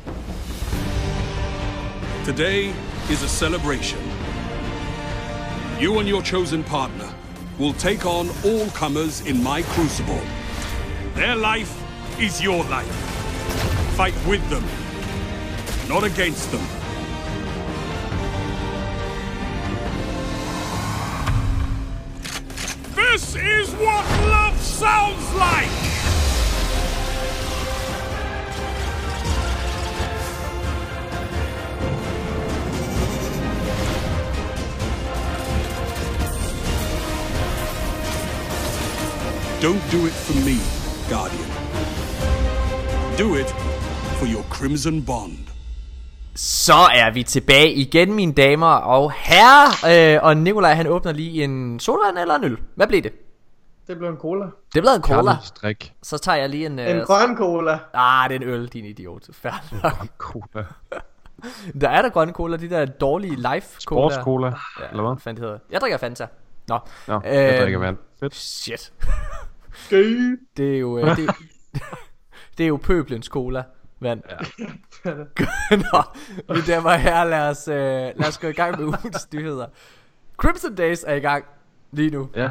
Today is a celebration. You and your chosen partner will take on all comers in my crucible. Their life is your life. Fight with them, not against them. This is what love sounds like! Don't do it for me, Guardian. Do it for your Crimson Bond. Så er vi tilbage igen, mine damer og herrer. Og Nikolaj, han åbner lige en sodavand eller en øl. Hvad blev det? Det blev en cola. Det blev en cola. Strik. Så tager jeg lige en grøn cola. Det er en øl, din idiot. Færdig. Grøn cola. Der er der grønne cola, de der dårlige life cola. Sports cola, eller hvad? Fandt det hedder. Jeg drikker Fanta. Nå, jeg drikker vand. Fedt. Shit. Det er jo det er jo pøblens cola vand. Ja. Nå, men der var her. Lad os gå i gang med ugens nyheder. Crimson Days er i gang lige nu. Ja.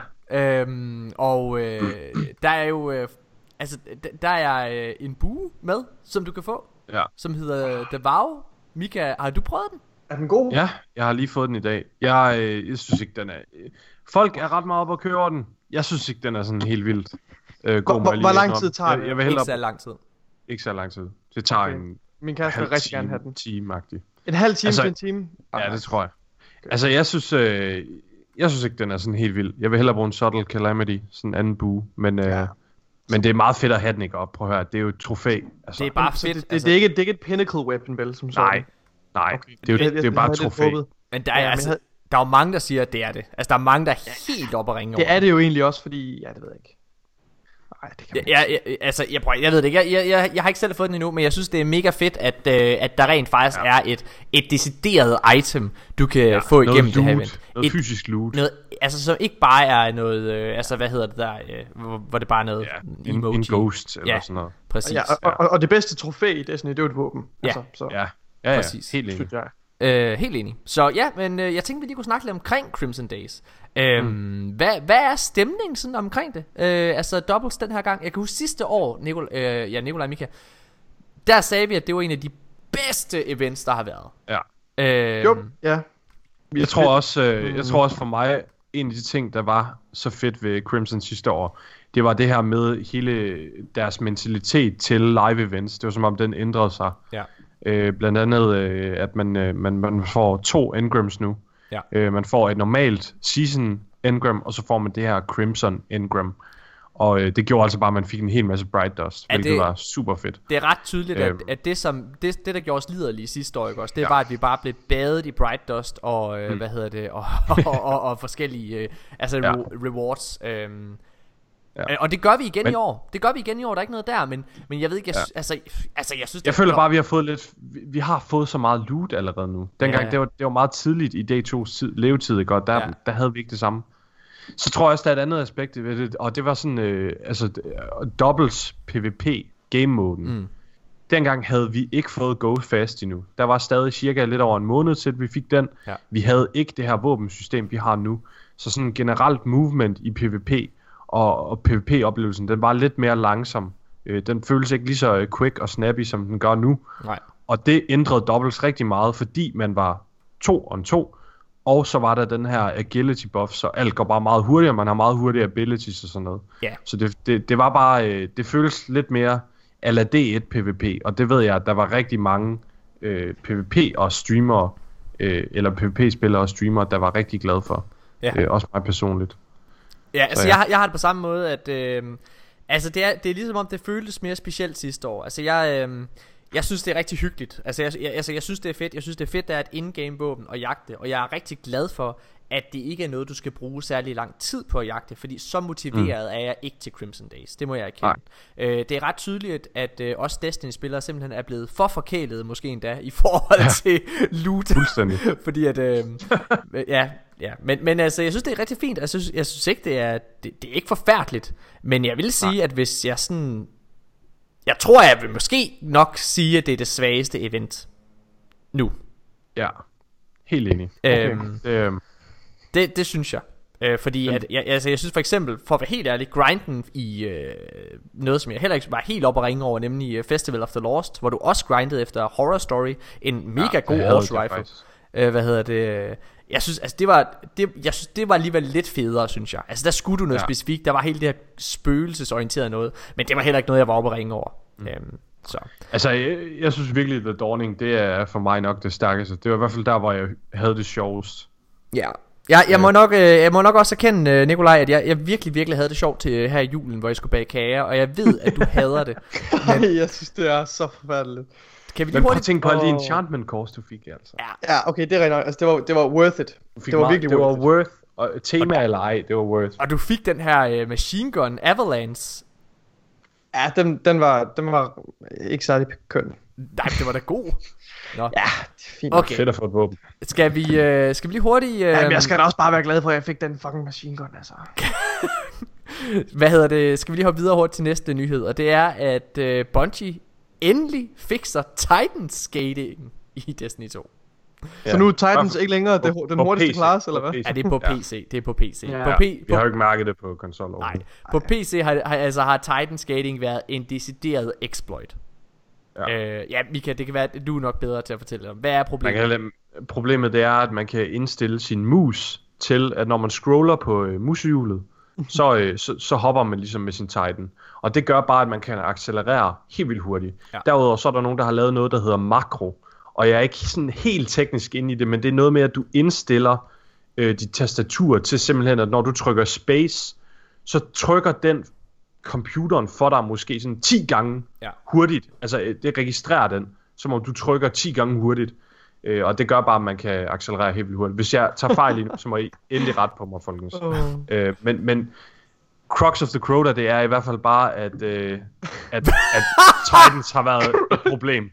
Der er jo der er en bue med, som du kan få, som hedder The Vow. Mika, har du prøvet den? Er den god? Ja, jeg har lige fået den i dag. Jeg synes ikke, den er... Folk er ret meget op at køre over den. Jeg synes ikke, den er sådan helt vildt god. Hvor lang tid tager det? Jeg vil Ikke så lang tid. Ikke så lang tid. Det tager Okay. Min kæreste vil rigtig gerne have den. Time-agtig. En halv time Altså, til en time? Ja, det tror jeg. Altså, jeg synes ikke, den er sådan helt vild. Jeg vil hellere bruge en Subtle Calamity, sådan en anden bue. Men det er meget fedt at have den ikke op. Prøv at høre, det er jo et trofæ. Altså, Det er bare fedt. Det er ikke et pinnacle weapon, vel? Som sådan. Nej. Okay. Det er jo bare et trofæ. Men der er der er jo mange, der siger, at det er det. Altså, der er mange, der er helt oppe at ringe over. Det er det jo egentlig også, fordi... Ja, det ved jeg ikke. Nej, det kan man ikke. Jeg ved det ikke. Jeg har ikke selv fået den endnu, men jeg synes, det er mega fedt, at der rent faktisk er et decideret item, du kan få igennem det her event. Noget fysisk loot. Noget, altså, som ikke bare er noget... altså, hvad hedder det der? Hvor det bare er noget... En ghost eller sådan noget. Præcis. Ja, og det bedste trofæ i Destiny, det er jo et våben. Ja. Altså, så. Ja, præcis. Helt enig. Helt enig. Så ja, men jeg tænkte, vi lige kunne snakke lidt omkring Crimson Days. Hvad er stemningen sådan omkring det? Altså doubles den her gang. Jeg kan huske sidste år, Nikolaj og Mika, der sagde vi, at det var en af de bedste events, der har været. Ja. Jo, ja. Jeg tror også for mig, en af de ting, der var så fedt ved Crimson sidste år, det var det her med hele deres mentalitet til live events. Det var som om den ændrede sig. Ja. Blandt andet, at man får 2 engrams nu. Ja. Man får et normalt season engram, og så får man det her Crimson engram. Og det gjorde altså bare, at man fik en hel masse Bright Dust, hvilket var super fedt. Det er ret tydeligt, at det der gjorde os liderlige sidste år, ikke også? Det var, at vi bare blev badet i Bright Dust og og forskellige rewards. Og det gør vi igen i år. Der er ikke noget der, men jeg ved ikke, jeg synes jeg føler bare, at vi har fået lidt, vi har fået så meget loot allerede nu. Dengang det var meget tidligt i D2's levetid, ikke? Og der havde vi ikke det samme. Så tror jeg også, der er et andet aspekt ved det, og det var sådan, doubles PvP game moden. Dengang havde vi ikke fået Go Fast endnu. Der var stadig cirka lidt over en måned til, vi fik den. Ja. Vi havde ikke det her våbensystem, vi har nu. Så sådan generelt movement i PvP og PvP-oplevelsen, den var lidt mere langsom. Den føles ikke lige så quick og snappy, som den gør nu. Nej. Og det ændrede doubles rigtig meget, fordi man var 2 on 2. Og så var der den her agility buff, så alt går bare meget hurtigere. Man har meget hurtigere abilities og sådan noget. Yeah. Så det var bare, det føles lidt mere a la D1 PvP. Og det ved jeg, at der var rigtig mange PvP og streamere, eller PvP-spillere og streamere, der var rigtig glade for. Også mig personligt. Ja, altså jeg har det på samme måde, at altså det er ligesom om det føltes mere specielt sidste år. Altså jeg synes det er rigtig hyggeligt. Altså jeg synes det er fedt. Jeg synes det er fedt, der er et in-game våben at jagte, og jeg er rigtig glad for, at det ikke er noget du skal bruge særlig lang tid på at jagte, fordi så motiveret er jeg ikke til Crimson Days. Det må jeg erkende. Det er ret tydeligt, at også Destiny-spillere simpelthen er blevet for forkælede, måske endda, i forhold til loot. Fuldstændig. Fordi at ja, men altså jeg synes det er rigtig fint. Altså, jeg synes ikke det er ikke forfærdeligt, men jeg vil sige, at hvis jeg sådan, jeg tror jeg vil måske nok sige, at det er det svageste event nu. Ja, helt enig. Det synes jeg. Fordi at, jeg synes for eksempel, for at være helt ærlig, grinden i noget som jeg heller ikke var helt op at ringe over, nemlig Festival of the Lost, hvor du også grindede efter Horror Story, en mega god horse rifle. Jeg synes altså det var alligevel lidt federe, synes jeg. Altså der skulle du noget specifikt. Der var hele det her spøgelsesorienteret noget, men det var heller ikke noget jeg var oppe at ringe over. Så. Altså jeg synes virkelig The Dawning, det er for mig nok det stærkeste. Det var i hvert fald der hvor jeg havde det sjovest. Ja. Jeg må nok også erkende, Nikolaj, at jeg virkelig havde det sjovt til her i julen, hvor jeg skulle bage kager, og jeg ved, at du hader det. Men jeg synes, det er så forfærdeligt. Kan vi lige hurtigt tænke på alle de enchantment cores, du fik, altså. Ja, okay, det er rigtigt. Altså, det var worth it. Det var virkelig worth. Og tema eller ej, det var worth. Og du fik den her machine gun Avalanche. Ja, den var ikke særlig køn. Nej, det var da god. Nå. Ja, det er fint. Okay. Fedt at få et våben. Skal vi lige hurtigt... Jamen, jeg skal da også bare være glad for, at jeg fik den fucking machine gun, altså. Hvad hedder det? Skal vi lige hoppe videre hurtigt til næste nyhed? Og det er, at Bungie endelig fikser Titan skating i Destiny 2. Ja. Så nu er Titans ikke længere den hurtigste klasse, eller hvad? Ja, det er på PC. Det er på PC. Ja. Vi har jo ikke mærket det på konsol. Nej. På PC har Titan skating været en decideret exploit. Ja, Mika, det kan være, at du er nok bedre til at fortælle om. Hvad er problemet? Problemet det er, at man kan indstille sin mus til, at når man scroller på musehjulet, så hopper man ligesom med sin Titan. Og det gør bare, at man kan accelerere helt vildt hurtigt. Ja. Derudover så er der nogen, der har lavet noget, der hedder makro. Og jeg er ikke sådan helt teknisk inde i det, men det er noget med, at du indstiller dit tastatur til simpelthen, at når du trykker space, så trykker den computeren for dig måske sådan 10 gange hurtigt. Altså det registrerer den, som om du trykker 10 gange hurtigt. Og det gør bare, at man kan accelerere helt vildt hurtigt. Hvis jeg tager fejl i nu, så må I endelig ret på mig, folkens. Men Crux of the Crota, det er i hvert fald bare, at Titans har været et problem.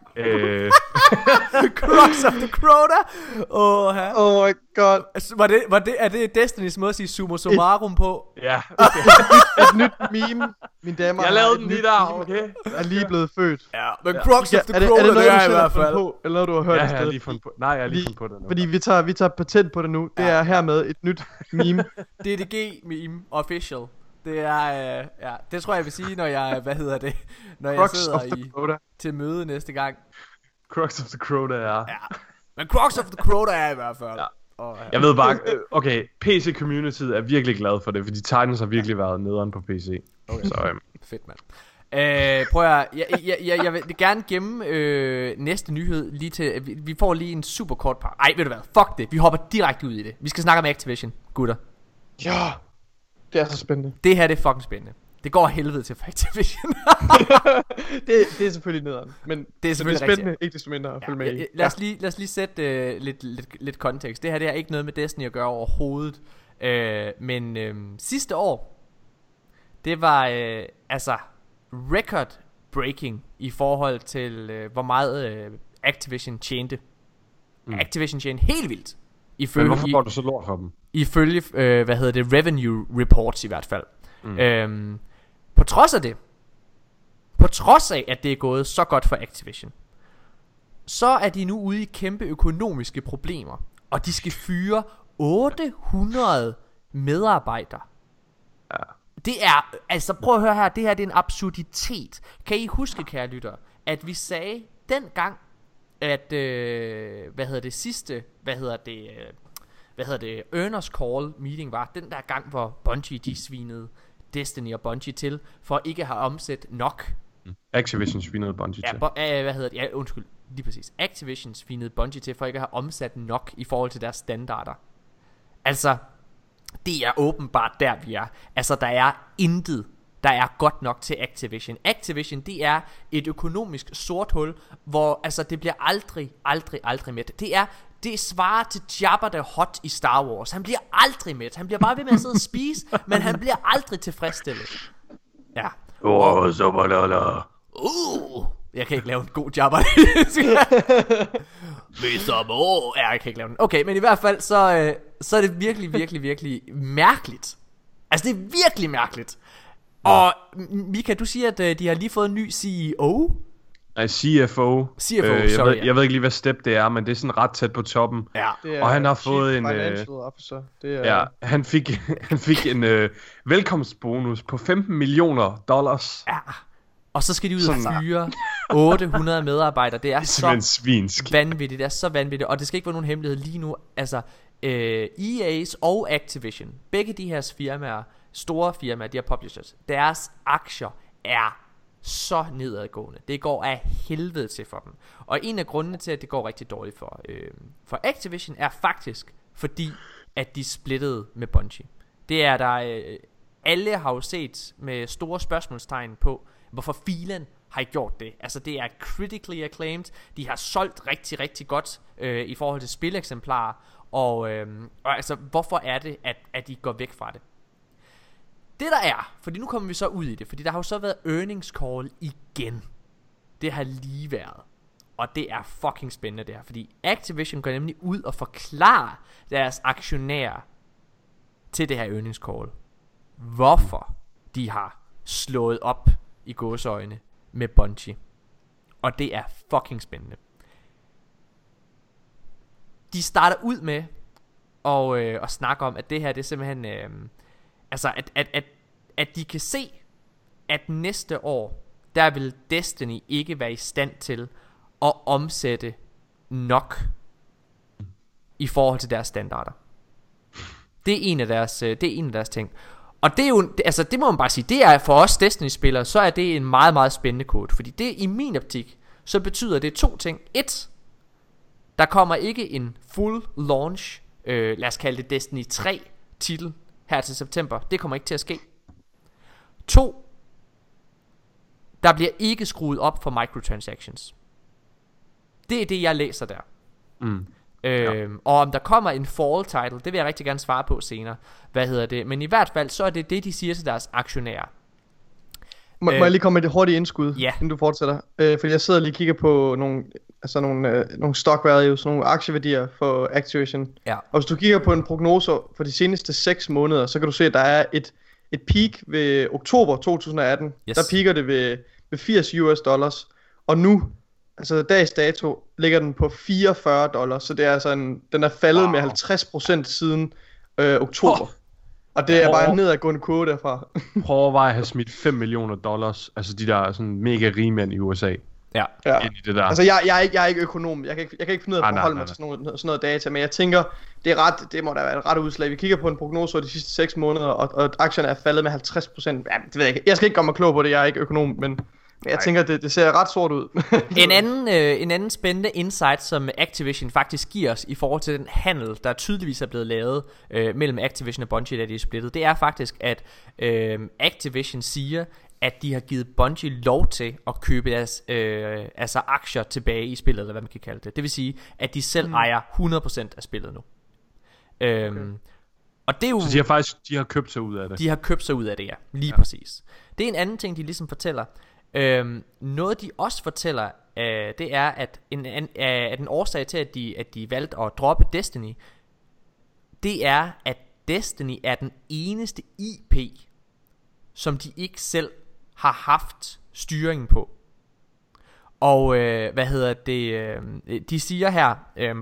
Crux of the Crota. Oh my god. Er det Destinys måde at sige summa summarum på? Ja. Et nyt meme, mine damer. Jeg lavede den lige der, okay? Er lige blevet født. Ja, men Crux of the Crota, er det noget, det er i hvert fald. Eller noget, du har hørt? Ja, jeg har lige fundet på. Nej, jeg har lige fundet på det nu. Fordi vi tager patent på det nu. Det er hermed et nyt meme. DDG meme official. Det er det tror jeg vil sige, når jeg når jeg sidder til møde næste gang. Crux of the Crota ja. Men Crux of the Crota er i hvert fald. Ja. Jeg ved bare, okay, PC community er virkelig glad for det, fordi Titans har virkelig været nederen på PC. Okay. Så fedt, mand. Prøv at jeg vil gerne gemme næste nyhed lige til. Vi får lige en super kort par. Ej, ved du hvad? Fuck det. Vi hopper direkte ud i det. Vi skal snakke om Activision, gutter. Ja. Det er så spændende. Det her det er fucking spændende. Det går helvede til for Activision. det er selvfølgelig nederen, men det er selvfølgelig spændende, ikke desto mindre at følge med i. Lad os lige sætte lidt kontekst. Det her det har ikke noget med Destiny at gøre overhovedet. Men sidste år, det var altså record breaking i forhold til hvor meget Activision tjente. Activision tjente helt vildt. Men hvorfor går du så lort for dem? Ifølge revenue reports i hvert fald. På trods af at det er gået så godt for Activision, så er de nu ude i kæmpe økonomiske problemer, og de skal fyre 800 medarbejdere. Ja. Det er, altså prøv at høre her, det her det er en absurditet. Kan I huske, kære lytter, at vi sagde dengang, at Earners Call meeting var den der gang, hvor Bungie de svinede Destiny og Bungie til for ikke at have omsat nok. Activision svinede Bungie til. Undskyld, lige præcis. Activision svinede Bungie til for ikke at have omsat nok i forhold til deres standarder. Altså, det er åbenbart der vi er. Altså, der er intet der er godt nok til Activision. Activision, det er et økonomisk sort hul, hvor altså det bliver aldrig mæt. Det svarer til Jabba the Hutt i Star Wars. Han bliver aldrig mæt. Han bliver bare ved med at sidde og spise, men han bliver aldrig tilfredsstillet. Ja. Jeg kan ikke lave en god Jabba. Jeg kan ikke lave den. Okay, men i hvert fald så er det virkelig mærkeligt. Altså det er virkelig mærkeligt. Og Mika, du siger at de har lige fået en ny CEO. Nej, CFO. Jeg ved ikke lige hvad step det er, men det er sådan ret tæt på toppen. Ja. Og han har fået en han fik en velkomstbonus på $15 million. Ja. Og så skal de ud og fyre 800 medarbejdere. Det er så svinsk. vanvittigt. Det er så vanvittigt. Og det skal ikke være nogen hemmelighed lige nu. Altså EA's og Activision, begge de her firmaer, store firmaer, de her publishers, deres aktier er så nedadgående. Det går af helvede til for dem. Og en af grundene til at det går rigtig dårligt for Activision er faktisk fordi at de splittede med Bungie. Det er der alle har jo set med store spørgsmålstegn på hvorfor filen har gjort det. Altså det er critically acclaimed. De har solgt rigtig godt i forhold til spileksemplarer. Og altså hvorfor er det at de går væk fra det? Det der er, fordi nu kommer vi så ud i det, fordi der har jo så været earnings call igen. Det har lige været. Og det er fucking spændende det her, fordi Activision går nemlig ud og forklarer deres aktionærer til det her earnings call, hvorfor de har slået op i gåseøjne med Bungie. Og det er fucking spændende. De starter ud med at snakke om, at det her det er simpelthen altså at de kan se, at næste år der vil Destiny ikke være i stand til at omsætte nok i forhold til deres standarder. Det er en af deres ting. Og det er jo, altså det må man bare sige, det er for os Destiny-spillere, så er det en meget, meget spændende kode. Fordi det i min optik, så betyder det 2 ting. 1, der kommer ikke en full launch, lad os kalde det Destiny 3 titel her til september. Det kommer ikke til at ske. 2, der bliver ikke skruet op for microtransactions. Det er det, jeg læser der. Og om der kommer en fall title, det vil jeg rigtig gerne svare på senere. Men i hvert fald, så er det det, de siger til deres aktionærer. Må jeg lige komme med det hurtige indskud, Ja. inden du fortsætter? Fordi jeg sidder lige og kigger på nogle stock values, nogle aktieværdier for Activision. Ja. Og hvis du kigger på en prognose for de seneste 6 måneder, så kan du se, at der er et peak ved oktober 2018. Yes. Der peaker det ved $80. Og nu, altså dags dato, ligger den på $44. Så det er altså den er faldet med 50% siden oktober. Og det er bare en nedadgående kurve derfra. Prøv at overveje at have smidt $5 millioner, altså de der sådan mega rige mænd i USA, Ja. ind i det der. Altså jeg er ikke økonom. Jeg kan ikke finde ud af at forholde mig til sådan noget data, men jeg tænker, det må da være et ret udslag. Vi kigger på en prognose over de sidste 6 måneder, og aktierne er faldet med 50%. Ja, det ved jeg ikke. Jeg skal ikke gøre mig klog på det, jeg er ikke økonom, men jeg tænker, det ser ret sort ud. En anden spændende insight, som Activision faktisk giver os i forhold til den handel, der tydeligvis er blevet lavet mellem Activision og Bungie, da de er splittet, det er faktisk, at Activision siger, at de har givet Bungie lov til at købe deres aktier tilbage i spillet, eller hvad man kan kalde det. Det vil sige, at de selv ejer 100% af spillet nu. Og det er jo, Så de har købt sig ud af det. de har købt sig ud af det, ja. Lige præcis. Det er en anden ting, de ligesom fortæller. Noget de også fortæller, det er, at en årsag til, at de valgte at droppe Destiny, det er, at Destiny er den eneste IP, som de ikke selv har haft styringen på. Og de siger her,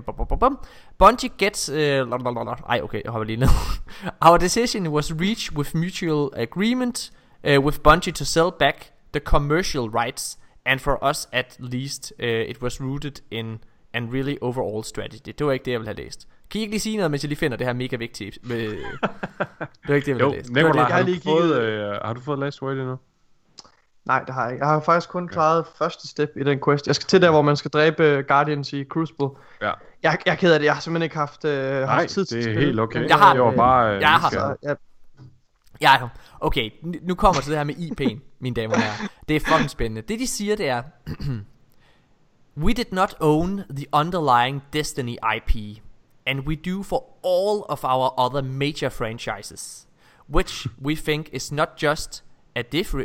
Bungie gets okay, jeg hopper lige ned. Our decision was reached with mutual agreement with Bungie to sell back the commercial rights, and for us at least it was rooted in and really overall strategy. Det var ikke det, jeg ville have læst. Kan I ikke lige sige noget, mens jeg lige finder det her mega vigtige? Det var ikke det, jeg ville have læst. Har du fået Last Word endnu? Nej, det har jeg ikke. Jeg har faktisk kun klaret første step i den quest. Jeg skal til der, hvor man skal dræbe Guardians i Crucible. Ja. Jeg er ked af det. Jeg har simpelthen ikke haft tid til at det er spille. helt okay. Jeg har- det var bare... jeg har- Så, Ja, okay, nu kommer til det her med IP'en, mine damer og herrer. Det er fucking spændende. Det de siger, det er We did not own the underlying Destiny IP, and we do for all of our other major franchises, which we think is not just a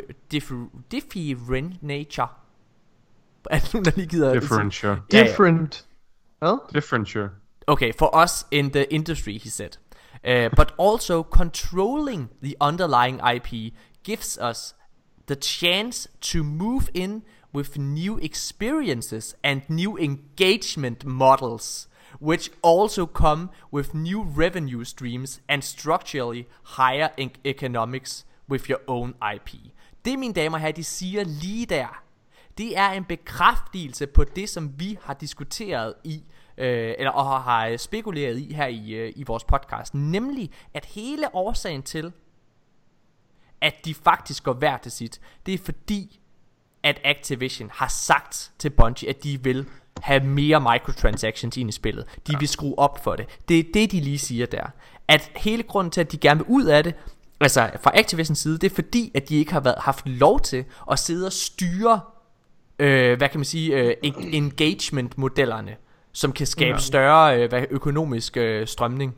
different nature. Er der nogen, der lige gider Differential. Ja, ja. Different. Hvad? Differential. Okay, for us in the industry, he said. But also controlling the underlying IP gives us the chance to move in with new experiences and new engagement models, which also come with new revenue streams and structurally higher economics with your own IP. Det, mine damer og herrer, de siger lige der, det er en bekræftelse på det, som vi har diskuteret i, og har spekuleret i her i vores podcast. Nemlig, at hele årsagen til, at de faktisk går hver til sit, det er fordi, at Activision har sagt til Bungie, at de vil have mere microtransactions ind i spillet. De vil skrue op for det. Det er det, de lige siger der. At hele grunden til, at de gerne vil ud af det, altså fra Activisions side, det er fordi, at de ikke har haft lov til at sidde og styre, hvad kan man sige, engagement-modellerne, som kan skabe større økonomisk strømning.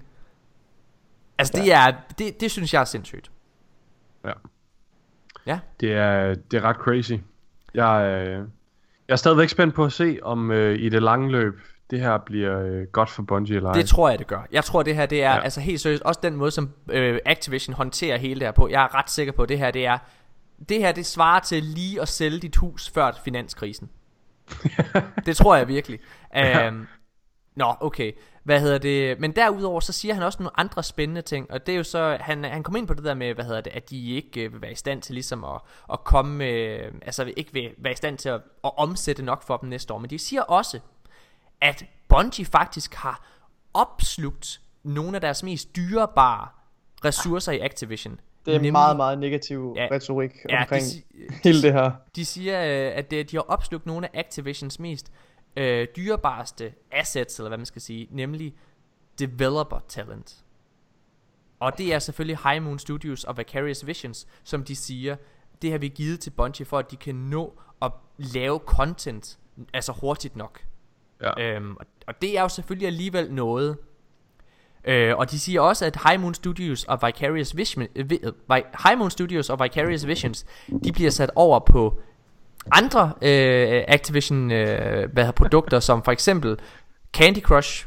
Altså det synes jeg er sindssygt. Ja. Ja. Det er ret crazy. Jeg er stadigvæk spændt på at se, om i det lange løb, det her bliver godt for Bungie eller ej. Det tror jeg, det gør. Jeg tror, det her, det er altså helt seriøst, også den måde, som Activision håndterer hele det her på. Jeg er ret sikker på, at det her, det svarer til lige at sælge dit hus før finanskrisen. Det tror jeg virkelig. Nå, okay. Hvad hedder det? Men derudover så siger han også nogle andre spændende ting, og det er jo så han kom ind på det der med, hvad hedder det, at de ikke vil være i stand til ligesom at komme med, altså ikke vil være i stand til at omsætte nok for dem næste år, men de siger også, at Bungie faktisk har opslugt nogle af deres mest dyrebare ressourcer i Activision. Det er meget, meget negativ retorik omkring hele det her. De siger, at de har opslugt nogle af Activisions mest dyrebareste assets, eller hvad man skal sige, nemlig developer talent. Og det er selvfølgelig High Moon Studios og Vicarious Visions, som de siger, det har vi givet til Bungie, for at de kan nå at lave content, altså hurtigt nok. Ja. Og det er jo selvfølgelig alligevel noget. Og de siger også, at High Moon Studios og Vicarious Visions, de bliver sat over på andre Activision produkter, som for eksempel Candy Crush,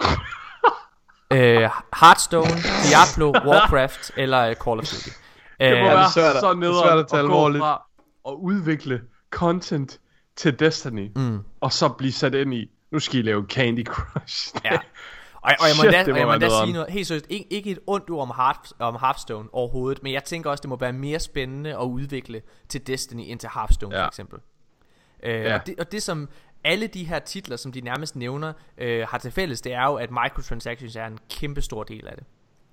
Hearthstone, Diablo, Warcraft eller Call of Duty. Det må være så nederen at gå fra at udvikle content til Destiny, og så blive sat ind i, nu skal I lave Candy Crush. Ja. Og jeg må da sige noget helt seriøst, ikke et ondt ord om Hearthstone overhovedet, men jeg tænker også, det må være mere spændende at udvikle til Destiny end til Hearthstone for eksempel. Og det som alle de her titler, som de nærmest nævner, har til fælles, det er jo, at microtransactions er en kæmpe stor del af det.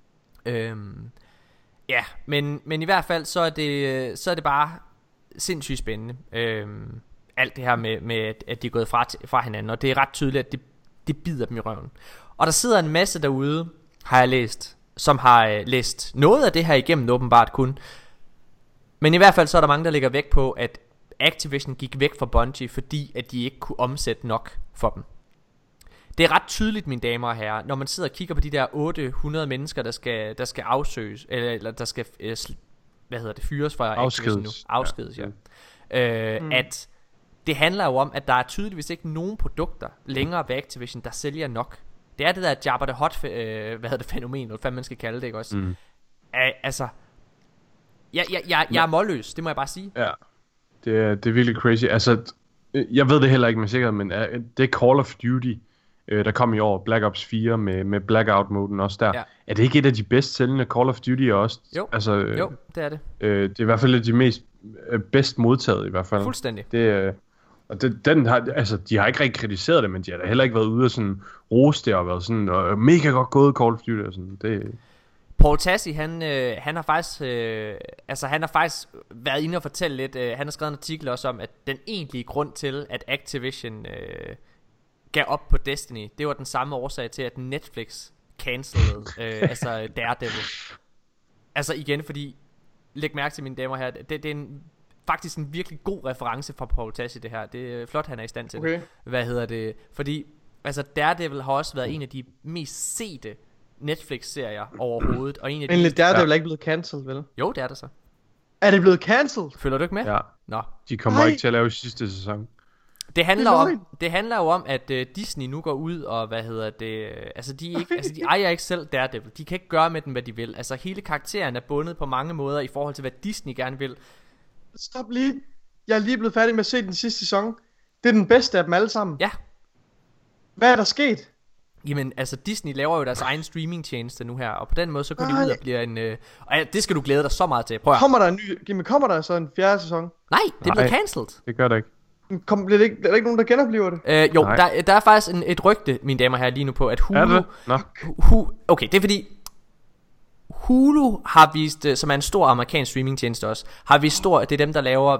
Men i hvert fald så er det bare sindssygt spændende. Alt det her med at de er gået fra hinanden, og det er ret tydeligt, at det bider dem i røven. Og der sidder en masse derude, har jeg læst, som har læst noget af det her igennem åbenbart kun. Men i hvert fald så er der mange, der lægger vægt på, at Activision gik væk fra Bungie, fordi at de ikke kunne omsætte nok for dem. Det er ret tydeligt, mine damer og herrer, når man sidder og kigger på de der 800 mennesker, der skal afsøges, eller der skal fyres fra Activision nu. Afskedes, at det handler jo om, at der er tydeligvis ikke nogen produkter længere ved Activision, der sælger nok. Det er det der Jabba the Hutt fænomen, hvad man skal kalde det, ikke også? Altså, jeg er målløs, det må jeg bare sige. Ja, det er virkelig crazy. Altså, jeg ved det heller ikke med sikkerhed, men det er Call of Duty, der kom i år, Black Ops 4 med Blackout-moden også der. Ja. Er det ikke et af de bedst sælgende Call of Duty også? Jo, altså, jo, det er det. Det er i hvert fald de mest bedst modtaget i hvert fald. Fuldstændig. Og de har ikke rigtig kritiseret det, men de har da heller ikke været ude og sådan rose det og været sådan mega godt gået Call of Duty og sådan. Paul Tassi, han har faktisk været inde og fortælle lidt. Han har skrevet en artikel også om, at den egentlige grund til, at Activision gav op på Destiny, det var den samme årsag til, at Netflix cancellede altså Daredevil. Altså igen, fordi læg mærke til, mine damer her, det er faktisk en virkelig god reference fra Paul Tassi, det her. Det er flot, han er i stand til det. Fordi altså Daredevil har også været en af de mest sete Netflix-serier overhovedet, og en af men Daredevil er ikke blevet cancelled, vel? Jo, det er det så. Er det blevet cancelled? Følger du ikke med? Ja. Nå. De kommer ikke til at lave sidste sæson. Det handler jo om, at Disney nu går ud og de ejer ikke selv Daredevil. De kan ikke gøre med den, hvad de vil. Altså hele karakteren er bundet på mange måder i forhold til, hvad Disney gerne vil. Stop lige. Jeg er lige blevet færdig med at se den sidste sæson. Det er den bedste af dem alle sammen. Ja. Hvad er der sket? Jamen, altså Disney laver jo deres egen streamingtjeneste nu her, og på den måde så går de ud og bliver en og det skal du glæde dig så meget til. Prøv at. Kommer der så en fjerde sæson? Nej, det bliver cancelled. Det gør det ikke. Bliver der ikke nogen, der genoplever det? Jo, der er faktisk et rygte, mine damer her lige nu på, at Hulu... Er det? Nå. Okay, det er fordi Hulu har vist, som er en stor amerikansk streamingtjeneste også, har vist det er dem, der laver,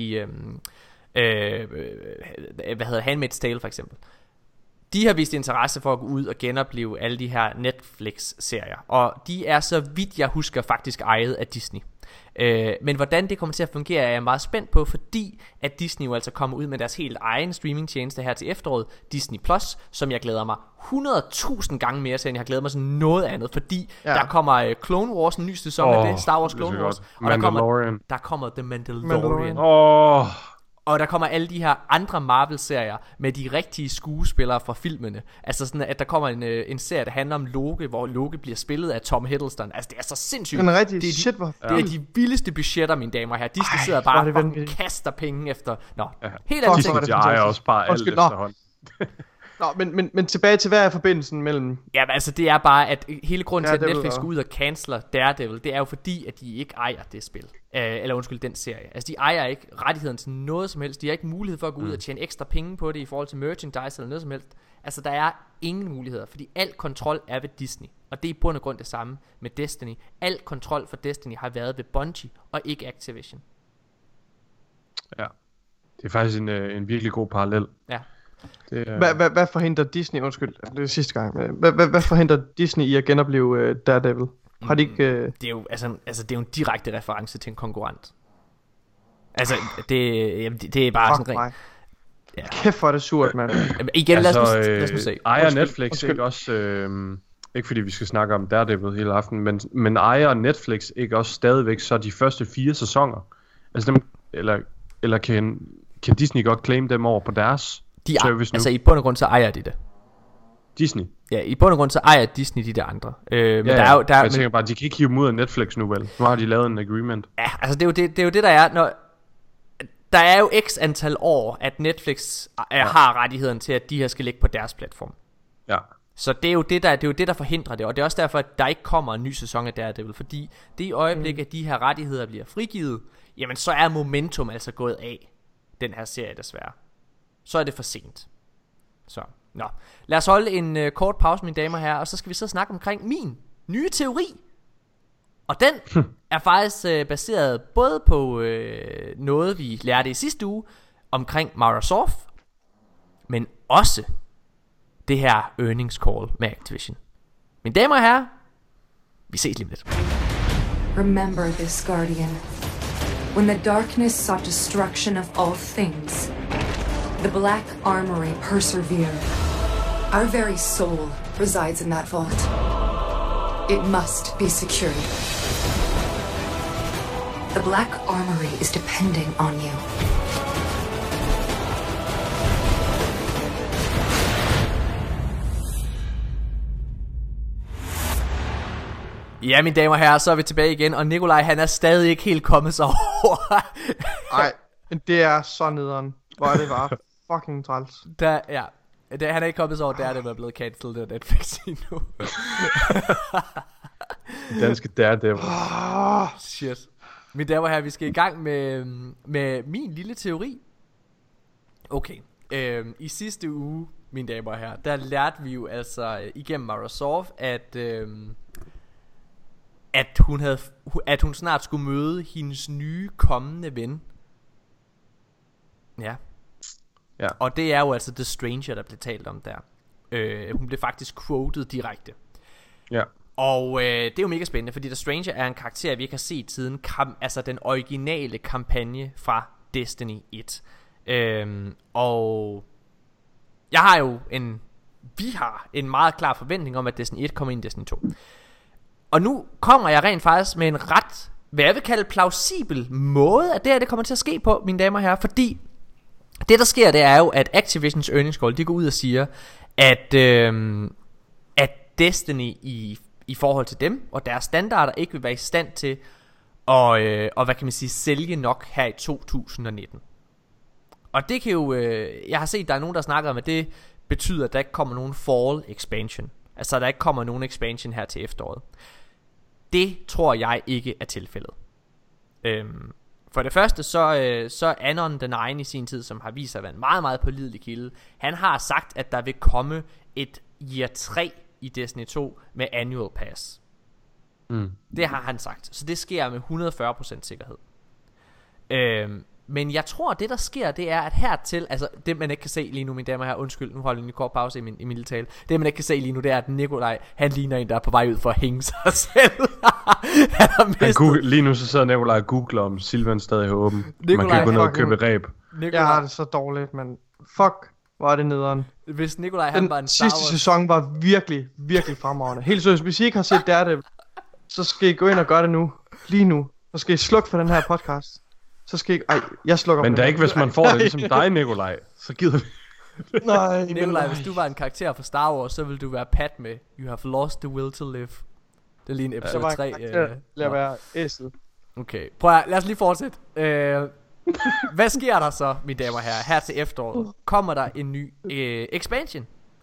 Handmaid's Tale for eksempel. De har vist interesse for at gå ud og genopleve alle de her Netflix-serier, og de er, så vidt jeg husker, faktisk ejet af Disney. Men hvordan det kommer til at fungere, er jeg meget spændt på, fordi at Disney jo altså kommer ud med deres helt egen streamingtjeneste her til efteråret, Disney Plus, som jeg glæder mig 100.000 gange mere til, end jeg har glædet mig sådan noget andet, fordi der kommer Clone Wars, en ny sæson af det, Star Wars Clone Wars, og der kommer The Mandalorian. Og der kommer alle de her andre Marvel-serier med de rigtige skuespillere fra filmene. Altså sådan, at der kommer en serie, der handler om Loki, hvor Loki bliver spillet af Tom Hiddleston. Altså det er så sindssygt. Det er de vildeste budgetter, mine damer her. Disney sidder bare og kaster penge efter. Nå, helt andet ting. De ejer også bare alt efterhånden. Nå, men tilbage til, hvad er forbindelsen mellem... Ja, men altså det er bare, at hele grunden til, at Daredevil Netflix og- går ud og canceler Daredevil, det er jo fordi, at de ikke ejer det spil. Eller undskyld, den serie. Altså de ejer ikke rettigheden til noget som helst. De har ikke mulighed for at gå ud og tjene ekstra penge på det i forhold til merchandise eller noget som helst. Altså der er ingen muligheder, fordi al kontrol er ved Disney. Og det er i bund og grund det samme med Destiny. Al kontrol for Destiny har været ved Bungie og ikke Activision. Ja. Det er faktisk en virkelig god parallel. Ja. Det er, Hvad forhindrer Disney, undskyld, det er sidste gang, men hvad forhindrer Disney i at genopleve Daredevil? Har de ikke... Det er jo altså det er jo en direkte reference til en konkurrent. Altså det er bare Fuck sådan mig. rent. Ja. Kæft, hvor er det surt, mand. Jamen, igen, lad os nu se. Ejer Undskyld, Netflix undskyld. ikke også... ikke fordi vi skal snakke om Daredevil hele aften, men ejer Netflix ikke også stadigvæk så de første 4 sæsoner? Altså dem, eller kan Disney godt claim dem over på deres service nu? Altså i bund og grund så ejer de det. Disney? Ja, i bund og grund så ejer Disney de der andre. Men Ja, der er jo jeg tænker bare, de kan ikke hive dem ud af Netflix nu vel? Nu har de lavet en agreement. ja, altså det er jo det der er, når der er jo x antal år, at Netflix har rettigheden til, at de her skal ligge på deres platform. Ja. Så det er jo det der forhindrer det. Og det er også derfor, at der ikke kommer en ny sæson af Daredevil. Fordi det i øjeblikket, at de her rettigheder bliver frigivet, jamen så er momentum altså gået af den her serie desværre. Så er det for sent. Så, nå. Lad os holde en kort pause, mine damer og herrer. Og så skal vi så snakke omkring min nye teori. Og den er faktisk baseret både på noget, vi lærte i sidste uge omkring Mara Soft, men også det her earnings call med Activision. Mine damer og herrer, vi ses lige lidt. Remember this, Guardian. When the darkness sought destruction of all things, the Black Armory persevered. Our very soul resides in that vault. It must be secured. The Black Armory is depending on you. Ja, mine damer og herrer, så er vi tilbage igen. Og Nikolaj, han er stadig ikke helt kommet sig over. Nej, men det er så nederen. Hvor er det bare fucking træls. Han er ikke kommet sig over, der det er blevet cancelled af Netflix endnu. Danske Daredevil. Shit. Mine damer og herrer, vi skal i gang med min lille teori. Okay. I sidste uge, mine damer og herrer, der lærte vi jo altså igennem Mara Soft, at hun snart skulle møde hendes nye kommende ven. Ja. Ja. Og det er jo altså The Stranger, der blev talt om der. Hun blev faktisk quoted direkte. Ja. Og det er jo mega spændende, fordi The Stranger er en karakter, vi ikke har set siden altså den originale kampagne fra Destiny 1. Og vi har en meget klar forventning om, at Destiny 1 kommer ind i Destiny 2. Og nu kommer jeg rent faktisk med en ret, hvad jeg vil kalde plausibel måde, at det her det kommer til at ske på, mine damer og herrer. Fordi det der sker, det er jo, at Activisions earnings call, de går ud og siger, at Destiny i forhold til dem og deres standarder ikke vil være i stand til og hvad kan man sige, sælge nok her i 2019. Og det kan jo, jeg har set, der er nogen, der snakker om, at det betyder, at der ikke kommer nogen fall expansion. Altså, der ikke kommer nogen expansion her til efteråret. Det tror jeg ikke er tilfældet. For det første, så Anon the Nine i sin tid, som har vist sig at være en meget, meget pålidelig kilde, han har sagt, at der vil komme et year 3 i Destiny 2 med annual pass. Det har han sagt. Så det sker med 140% sikkerhed. Men jeg tror, det der sker, det er, at hertil, altså det man ikke kan se lige nu, mine damer her, undskyld, nu holder jeg en kort pause i min lille tale. Det man ikke kan se lige nu, det er, at Nikolaj, han ligner en, der er på vej ud for at hænge sig selv. Han har mistet. Lige nu så sidder Nikolaj og googler, om Sylvan stadig er åben. Man kan gå ned og købe ræb. Jeg har det så dårligt, men fuck, hvor er det nederen. Hvis Nikolaj, han var en Star Wars... sidste sæson var virkelig, virkelig fremragende. Helt seriøst, hvis I ikke har set Daredevil, så skal I gå ind og gøre det nu. Lige nu. Så skal I slukke for den her podcast. Så skal I... jeg slukker. Men det er ikke, hvis man får det ligesom dig, Nikolaj. Så gider vi. Nej, Nikolaj, hvis du var en karakter fra Star Wars, så ville du være Padme. You have lost the will to live. Det er lige en episode 3. Lad være æslet. Okay, lad os lige fortsætte. Hvad sker der så, mine damer og herrer, her til efteråret? Kommer der en ny expansion?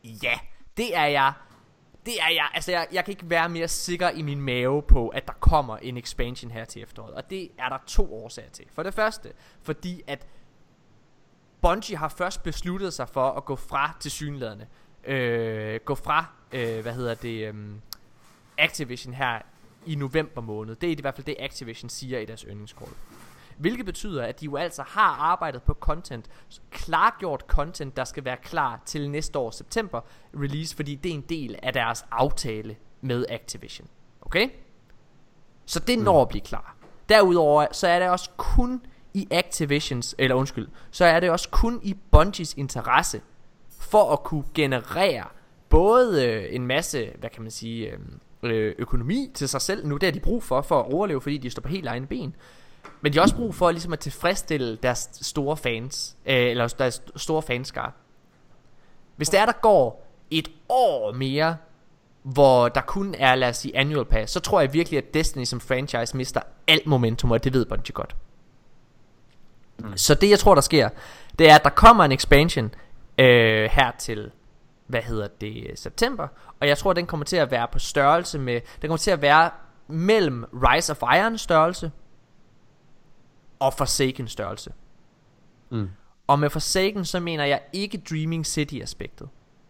Ja, det er jeg. Altså jeg kan ikke være mere sikker i min mave på, at der kommer en expansion her til efteråret. Og det er der 2 årsager til. For det første, fordi at Bungie har først besluttet sig for at gå fra tilsyneladende Activision her i november måned. Det er i hvert fald det Activision siger i deres earnings call. Hvilket betyder, at de jo altså har arbejdet på content, klargjort content, der skal være klar til næste års september release, fordi det er en del af deres aftale med Activision. Okay? Så det når at blive klar. Derudover, så er det også kun i så er det også kun i Bungies interesse for at kunne generere både en masse, hvad kan man sige, økonomi til sig selv. Nu det er de brug for at overleve, fordi de står på helt egne ben. Men de har også brug for ligesom at tilfredsstille deres store fans, eller deres store fanskare. Hvis der går et år mere, hvor der kun er, lad os sige, annual pass, så tror jeg virkelig, at Destiny som franchise mister alt momentum, og det ved Bungie godt. Så det jeg tror der sker, det er at der kommer en expansion her til september, og jeg tror den kommer til at være på størrelse med, den kommer til at være mellem Rise of Iron størrelse og Forsaken størrelse. Og med Forsaken så mener jeg ikke Dreaming City aspektet,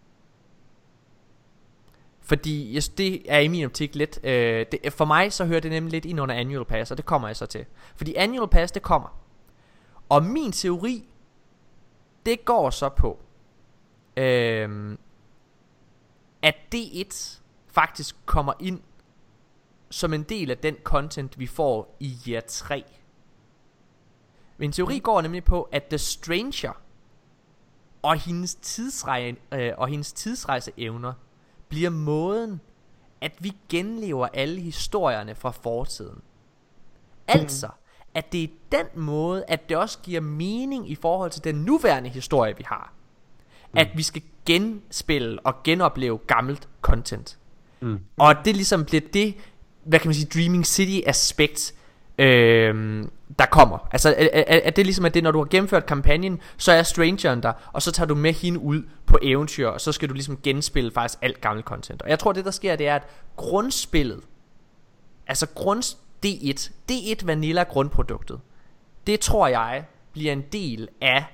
fordi det er i min optik lidt for mig så hører det nemlig lidt ind under Annual Pass, og det kommer jeg så til, fordi Annual Pass det kommer. Og min teori, det går så på, at D1 faktisk kommer ind som en del af den content, vi får i year 3. Min teori går nemlig på, at The Stranger og hendes tidsrejseevner bliver måden, at vi genlever alle historierne fra fortiden. Altså at det er den måde, at det også giver mening i forhold til den nuværende historie, vi har. At vi skal genspille og genopleve gammelt content. Og det ligesom bliver det, hvad kan man sige, Dreaming City aspekt, der kommer. Altså at det ligesom er det, når du har gennemført kampagnen, så er Strangeren der, og så tager du med hende ud på eventyr, og så skal du ligesom genspille faktisk alt gammelt content. Og jeg tror det der sker, det er at grundspillet, altså D1 Vanilla grundproduktet, det tror jeg bliver en del af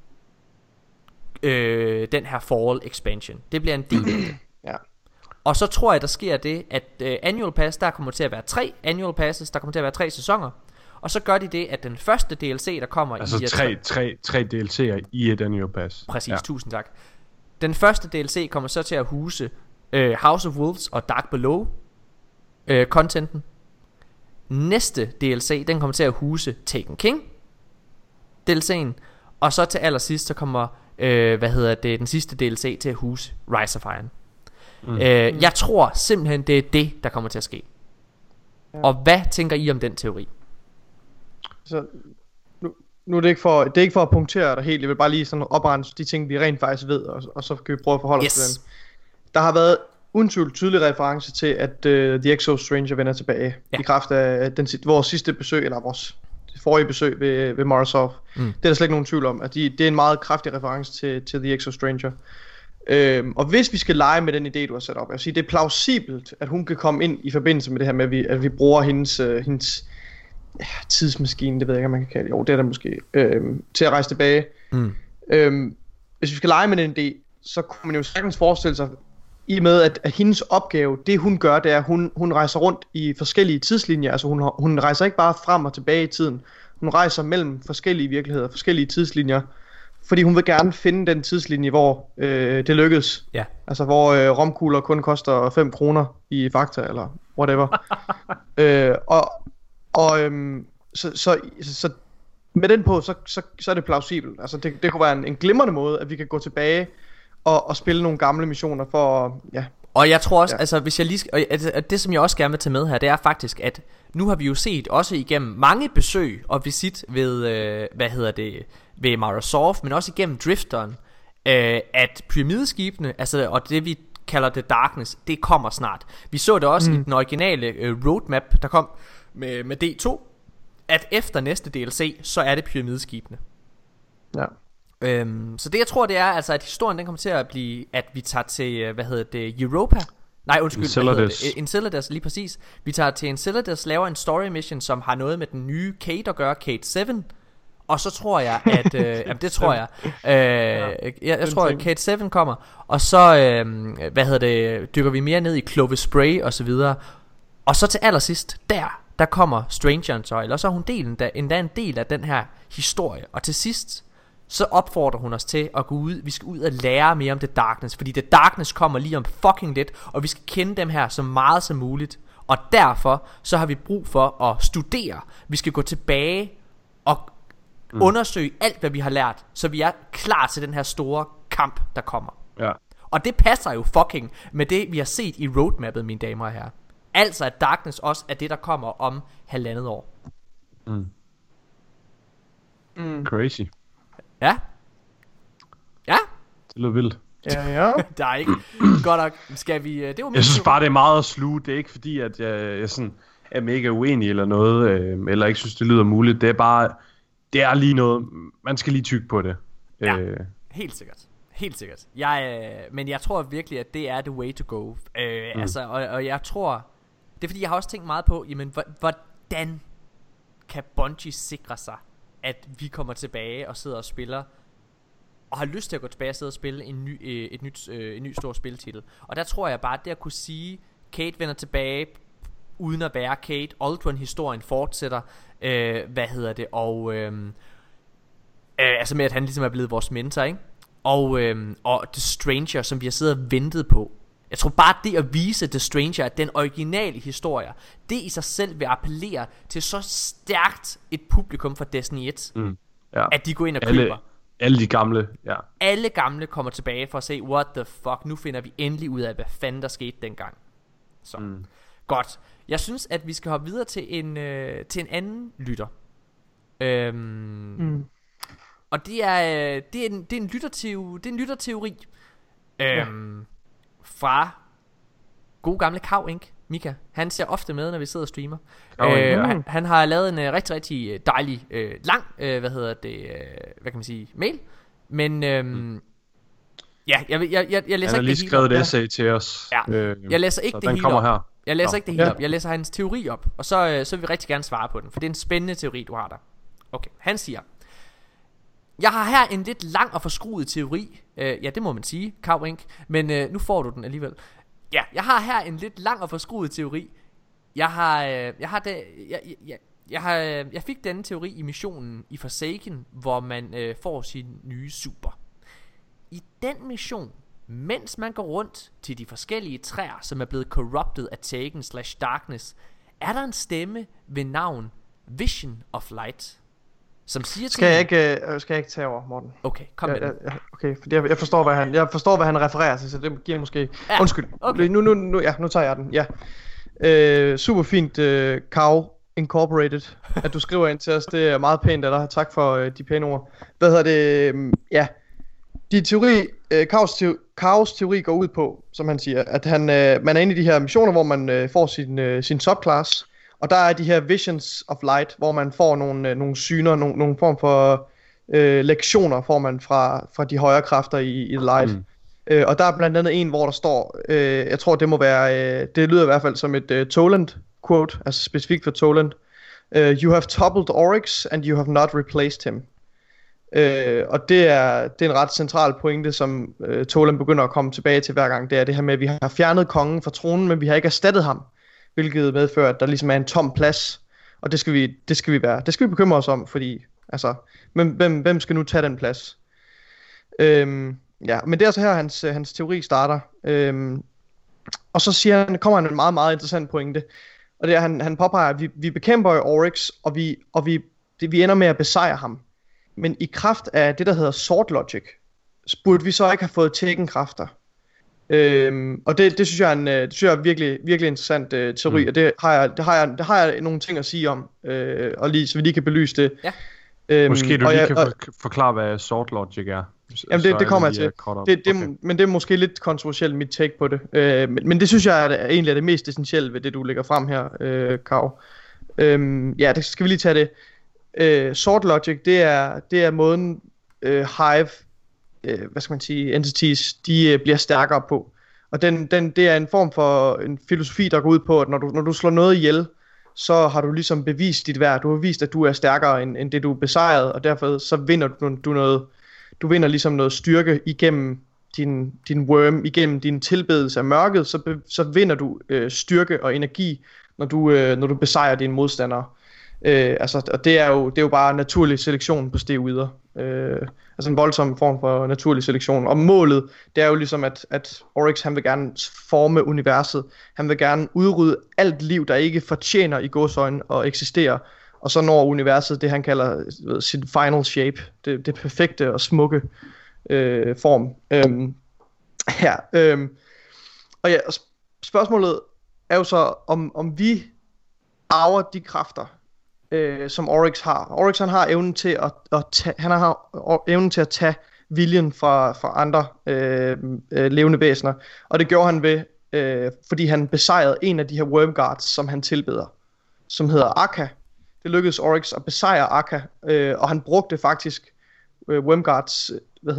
den her Fall expansion. Det bliver en del af det. Ja. Og så tror jeg der sker det, at Annual Pass, der kommer til at være 3 Annual Passes, der kommer til at være 3 sæsoner. Og så gør de det, at den første DLC der kommer altså i tre DLC'er i et Annual Pass. Præcis, ja. Tusind tak. Den første DLC kommer så til at huse House of Wolves og Dark Below contenten. Næste DLC, den kommer til at huse Taken King DLC'en. Og så til allersidst, så kommer den sidste DLC til at huse Rise of Iron. Jeg tror simpelthen det er det, der kommer til at ske. Og hvad tænker I om den teori? Så nu er det ikke for at punktere dig helt. Jeg vil bare lige sådan oprense de ting vi rent faktisk ved, og så kan vi prøve at forholde os til dem. Der har været uden tvivl tydelig reference til at The Exo Stranger vender tilbage, i kraft af vores sidste besøg, eller vores forrige besøg ved Morozov. Det er der slet ikke nogen tvivl om, at det er en meget kraftig reference til The Exo Stranger. Og hvis vi skal lege med den idé du har sat op, jeg vil sige, det er plausibelt at hun kan komme ind i forbindelse med det her med at vi bruger hendes tidsmaskine, det ved jeg ikke om man kan kalde det. Jo, det er der måske til at rejse tilbage. Hvis vi skal lege med den idé, så kunne man jo sagtens forestille sig, i med at hendes opgave, det hun gør, det er hun rejser rundt i forskellige tidslinjer. Altså hun rejser ikke bare frem og tilbage i tiden. Hun rejser mellem forskellige virkeligheder, forskellige tidslinjer, fordi hun vil gerne finde den tidslinje, hvor det lykkes. Ja. Altså hvor romkugler kun koster 5 kroner i Fakta eller whatever. Så med den på, så er det plausibelt. Altså det kunne være en glimrende måde, at vi kan gå tilbage og spille nogle gamle missioner for Og jeg tror også, altså hvis jeg lige det som jeg også gerne vil tage med her, det er faktisk at nu har vi jo set også igennem mange besøg og visit ved ved Morozov, men også igennem Drifteren, at pyramideskibene, altså og det vi kalder The Darkness, det kommer snart. Vi så det også i den originale roadmap, der kom med D2, at efter næste DLC, så er det pyramideskibene. Ja. Så det jeg tror det er altså at historien den kommer til at blive at vi tager til Europa. Nej, undskyld, Enceladus, lige præcis. Vi tager til Enceladus, laver en story mission, som har noget med den nye Kate at gøre, Kate 7. Og så tror jeg, at jamen, det tror jeg. Jeg tror, at Kate 7 kommer. Og så, dykker vi mere ned i Clovis Spray og så videre. Og så til allersidst, der kommer Strangeren så. Eller så er hun endda en del af den her historie. Og til sidst så opfordrer hun os til at gå ud. Vi skal ud og lære mere om The Darkness, fordi The Darkness kommer lige om fucking lidt, og vi skal kende dem her så meget som muligt. Og derfor så har vi brug for at studere. Vi skal gå tilbage og undersøge alt hvad vi har lært, så vi er klar til den her store kamp der kommer. Ja. Og det passer jo fucking med det vi har set i roadmappet, mine damer og herrer. Altså at Darkness også er det der kommer om 1,5 år. Crazy. Ja. Ja. Det lyder vildt. Ja. Der er ikke godt nok. Skal vi det var jeg synes bare det er meget at sluge. Det er ikke fordi at jeg sådan er mega uenig eller noget, eller ikke synes det lyder muligt. Det er bare, det er lige noget. Man skal lige tygge på det. Ja. Helt sikkert. Men jeg tror virkelig at det er the way to go. Altså og jeg tror det er fordi jeg har også tænkt meget på, jamen hvordan kan Bungie sikre sig at vi kommer tilbage og sidder og spiller og har lyst til at gå tilbage og sidde og spille en ny stor spiltitel. Og der tror jeg bare at det at kunne sige Kate vender tilbage uden at være Kate, Aldrin historien fortsætter, altså med at han ligesom er blevet vores mentor, ikke? Og The Stranger som vi har siddet og ventet på. Jeg tror bare det at vise The Stranger at den originale historie, det i sig selv vil appellere til så stærkt et publikum for Destiny 1, at de går ind og køber. Alle de gamle, ja. Alle gamle kommer tilbage for at se what the fuck. Nu finder vi endelig ud af hvad fanden der skete dengang. Så godt. Jeg synes at vi skal hoppe videre til en anden lytter. Og det er en lytterteori. Fra gode gamle Kav Inc. Mika. Han ser ofte med når vi sidder og streamer. Han har lavet en rigtig rigtig dejlig lang hvad kan man sige mail. Men ja, jeg læser ikke det hele. Han har lige skrevet et essay til os. Ja. Jeg læser ikke det hele op. Jeg læser ikke det hele op. Jeg læser hans teori op. Og så vil vi rigtig gerne svare på den, for det er en spændende teori du har der. Okay, han siger: jeg har her en lidt lang og forskruet teori. Ja, det må man sige, Kav Inc. Men nu får du den alligevel. Ja, jeg har her en lidt lang og forskruet teori. Jeg fik denne teori i missionen i Forsaken, hvor man får sin nye super. I den mission, mens man går rundt til de forskellige træer, som er blevet corrupted af Taken/Darkness, er der en stemme ved navn Vision of Light, som siger skal jeg ikke tage over, Morten? Okay, kom med det. Okay, for jeg forstår hvad han refererer til, så det giver måske undskyld. Okay. Nu tager jeg den. Ja. Super fint, Kav Incorporated, at du skriver ind til os. Det er meget pænt af dig. Tak for de pæne ord. Ja. Kavs teori går ud på, som han siger, at man er inde i de her missioner, hvor man får sin subclass. Og der er de her Visions of Light, hvor man får nogle syner, nogle form for lektioner får man fra de højere kræfter i Light. Og der er blandt andet en, hvor der står, jeg tror det må være, det lyder i hvert fald som et Toland quote, altså specifikt for Toland. You have toppled Oryx, and you have not replaced him. Og det er en ret central pointe, som Toland begynder at komme tilbage til hver gang. Det er det her med, at vi har fjernet kongen fra tronen, men vi har ikke erstattet ham. Hvilket medfører, at der ligesom er en tom plads. Og det skal vi bekymre os om, fordi altså, hvem skal nu tage den plads? Ja, men det er så her hans teori starter. Og så kommer han en meget, meget interessant pointe. Og det er, han påpeger, at vi bekæmper Oryx, og vi ender med at besejre ham. Men i kraft af det, der hedder Sword Logic, burde vi så ikke have fået Taken-kræfter. Og det synes jeg er virkelig, virkelig interessant teori, og det har jeg nogle ting at sige om, og lige, så vi lige kan belyse det. Ja. Måske du lige kan forklare, hvad Sword Logic er. Jamen det kommer jeg til. Okay. Men det er måske lidt kontroversielt mit take på det. Men det synes jeg egentlig er det mest essentielle ved det, du lægger frem her, Kav. Ja, det skal vi lige tage det. Sword Logic, det er måden Hive, hvad skal man sige, entities, de bliver stærkere på. Og det er en form for en filosofi, der går ud på, at når du slår noget ihjel, så har du ligesom bevist dit værd. Du har vist, at du er stærkere end det, du er besejret, og derfor så vinder du noget. Du vinder ligesom noget styrke igennem din worm, igennem din tilbedelse af mørket, så vinder du styrke og energi, når du besejrer dine modstandere. Og det er jo bare naturlig selektion på steroider. Altså en voldsom form for naturlig selektion. Og målet, det er jo ligesom, at Oryx, han vil gerne forme universet. Han vil gerne udrydde alt liv, der ikke fortjener i gåseøjne at eksistere. Og så når universet det, han kalder sit final shape. Det perfekte og smukke form. Og ja, spørgsmålet er jo så, om vi arver de kræfter, som Oryx har. Oryx han har evnen til at tage viljen fra andre levende væsener, og det gjorde han ved, fordi han besejrede en af de her Wormguards, som han tilbeder, som hedder Akka. Det lykkedes Oryx at besejre Akka, og han brugte faktisk Wormguards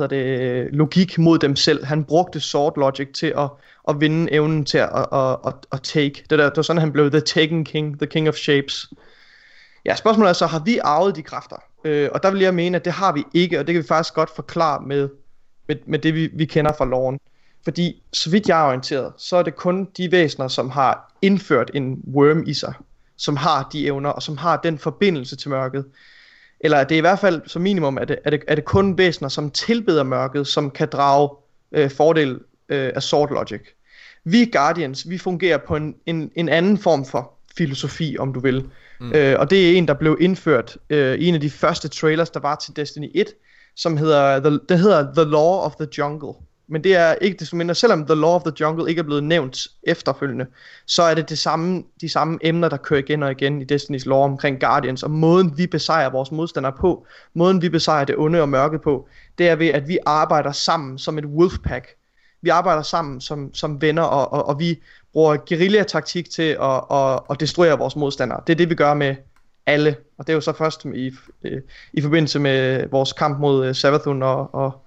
logik mod dem selv. Han brugte Sword Logic til at vinde evnen til at take. Det var sådan, han blev The Taken King, The King of Shapes. Ja, spørgsmålet er så, har vi arvet de kræfter? Og der vil jeg mene, at det har vi ikke, og det kan vi faktisk godt forklare med det, vi kender fra loven. Fordi, så vidt jeg er orienteret, så er det kun de væsener, som har indført en worm i sig, som har de evner, og som har den forbindelse til mørket. Eller det er i hvert fald, som minimum, er det kun væsener, som tilbeder mørket, som kan drage fordel af Sword Logic. Vi Guardians, vi fungerer på en anden form for filosofi, om du vil. Og det er en, der blev indført i en af de første trailers, der var til Destiny 1, som hedder The Law of the Jungle. Men det er ikke desto mindre, selvom The Law of the Jungle ikke er blevet nævnt efterfølgende, så er det de samme emner, der kører igen og igen i Destinys lore omkring Guardians, og måden vi besejrer vores modstandere på, måden vi besejrer det onde og mørke på, det er ved, at vi arbejder sammen som et wolfpack. Vi arbejder sammen som venner, og vi bruger guerilla-taktik til at destruere vores modstandere. Det er det, vi gør med alle, og det er jo så først i forbindelse med vores kamp mod Savathun og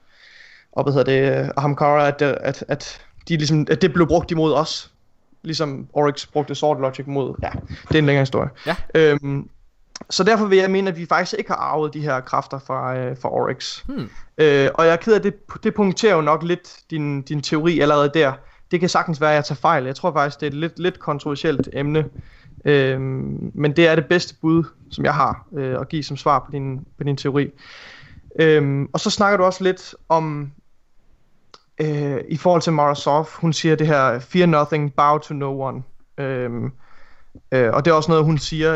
Ahamkara, at det blev brugt imod os, ligesom Oryx brugte Sword Logic mod. Ja, det er en længere historie. Ja. Så derfor vil jeg mene, at vi faktisk ikke har arvet de her kræfter fra Oryx. Og jeg er ked af, det punkterer jo nok lidt din teori allerede der. Det kan sagtens være, at jeg tager fejl. Jeg tror faktisk, det er et lidt kontroversielt emne. Men det er det bedste bud, som jeg har at give som svar på din teori. Og så snakker du også lidt om i forhold til Mara Sov. Hun siger det her fear nothing, bow to no one. Og det er også noget hun siger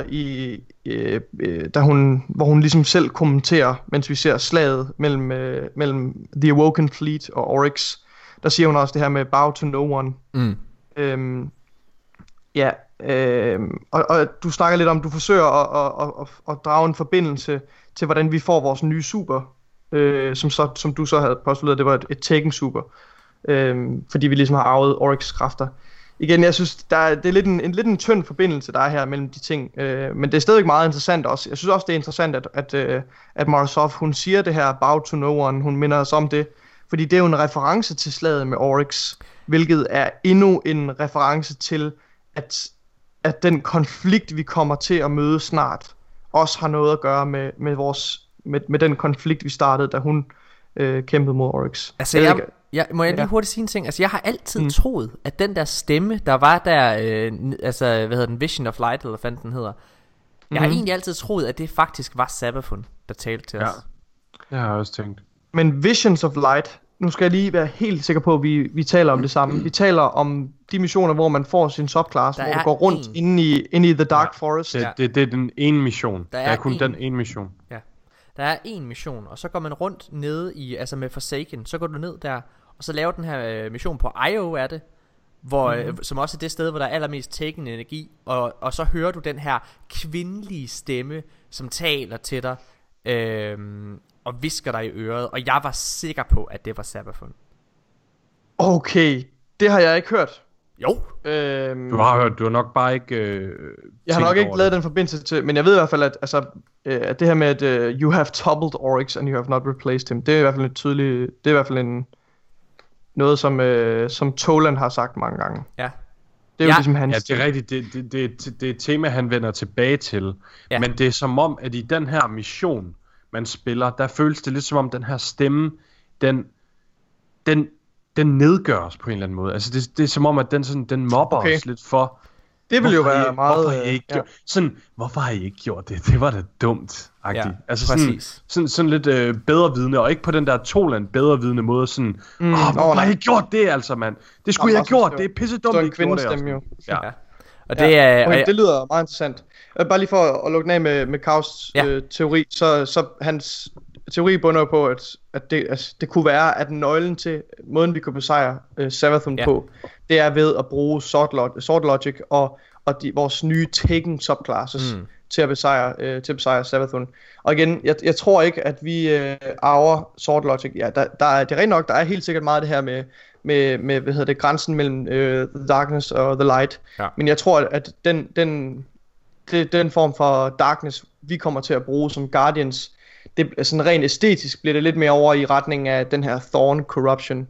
hvor hun ligesom selv kommenterer, mens vi ser slaget mellem The Awoken Fleet og Oryx. Der siger hun også det her med bow to no one. Og du snakker lidt om, du forsøger at drage en forbindelse til hvordan vi får vores nye super, som du så havde postuleret, det var et Taken super, fordi vi ligesom har arvet Oryx kræfter. Igen, jeg synes, det er lidt en tynd forbindelse, der er her mellem de ting, men det er stadig meget interessant også. Jeg synes også, det er interessant, at Mara Sov, hun siger det her bow to no one, hun minder os om det, fordi det er jo en reference til slaget med Oryx, hvilket er endnu en reference til, at den konflikt, vi kommer til at møde snart, også har noget at gøre med den konflikt, vi startede, da hun kæmpede mod Oryx. Altså, må jeg lige hurtigt sige en ting? Altså, jeg har altid troet, at den der stemme, der var der, Vision of Light, eller hvad den hedder, jeg har egentlig altid troet, at det faktisk var Savathun, der talte til os. Jeg har også tænkt. Men Visions of Light, nu skal jeg lige være helt sikker på, at vi taler om det samme. Vi taler om de missioner, hvor man får sin subclass, hvor du går rundt inde i The Dark Forest. Det er den ene mission. Der er kun den ene mission. Ja. Der er en mission, og så går man rundt nede i, altså med Forsaken, så går du ned der, og så laver den her mission på Io er det, som også er det sted, hvor der er allermest Taken energi, og så hører du den her kvindelige stemme, som taler til dig, og visker dig i øret, og jeg var sikker på, at det var Savathun. Okay, det har jeg ikke hørt. Jo. Du har nok bare ikke Jeg har nok ikke lavet den forbindelse til, men jeg ved i hvert fald, at det her med, at you have toppled Oryx and you have not replaced him, det er i hvert fald et tydeligt, det er i hvert fald noget, som Toland har sagt mange gange. Ja. Det er jo ligesom hans... Ja, det er rigtigt. Det er et tema, han vender tilbage til. Ja. Men det er som om, at i den her mission, man spiller, der føles det lidt som om, den her stemme, den nedgøres på en eller anden måde. Altså, det er som om, at den mobber os lidt for... Det vil jo være meget... Hvorfor har I ikke gjort det? Det var da dumt. Ja, altså sådan lidt bedre vidne, og ikke på den der Toland bedre vidne måde, sådan, hvorfor har I ikke gjort det, altså, mand? Det skulle jeg have gjort, det er pisse dumt, I gjorde det. Jo. Ja. Og det er... Okay, det lyder meget interessant. Bare lige for at lukke den af med Kaus teori, så hans teori bunder på, at det kunne være, at nøglen til måden, vi kunne besejre Savathun på, det er ved at bruge Sword Logic og vores nye Taken subclasses til at besejre Savathun. Og igen, jeg tror ikke, at vi arver Sword Logic. Ja, det er rent nok, der er helt sikkert meget det her med hvad hedder det, grænsen mellem the darkness og the light. Ja. Men jeg tror, at den form for darkness, vi kommer til at bruge som Guardians, det sådan rent æstetisk bliver det lidt mere over i retning af den her Thorn Corruption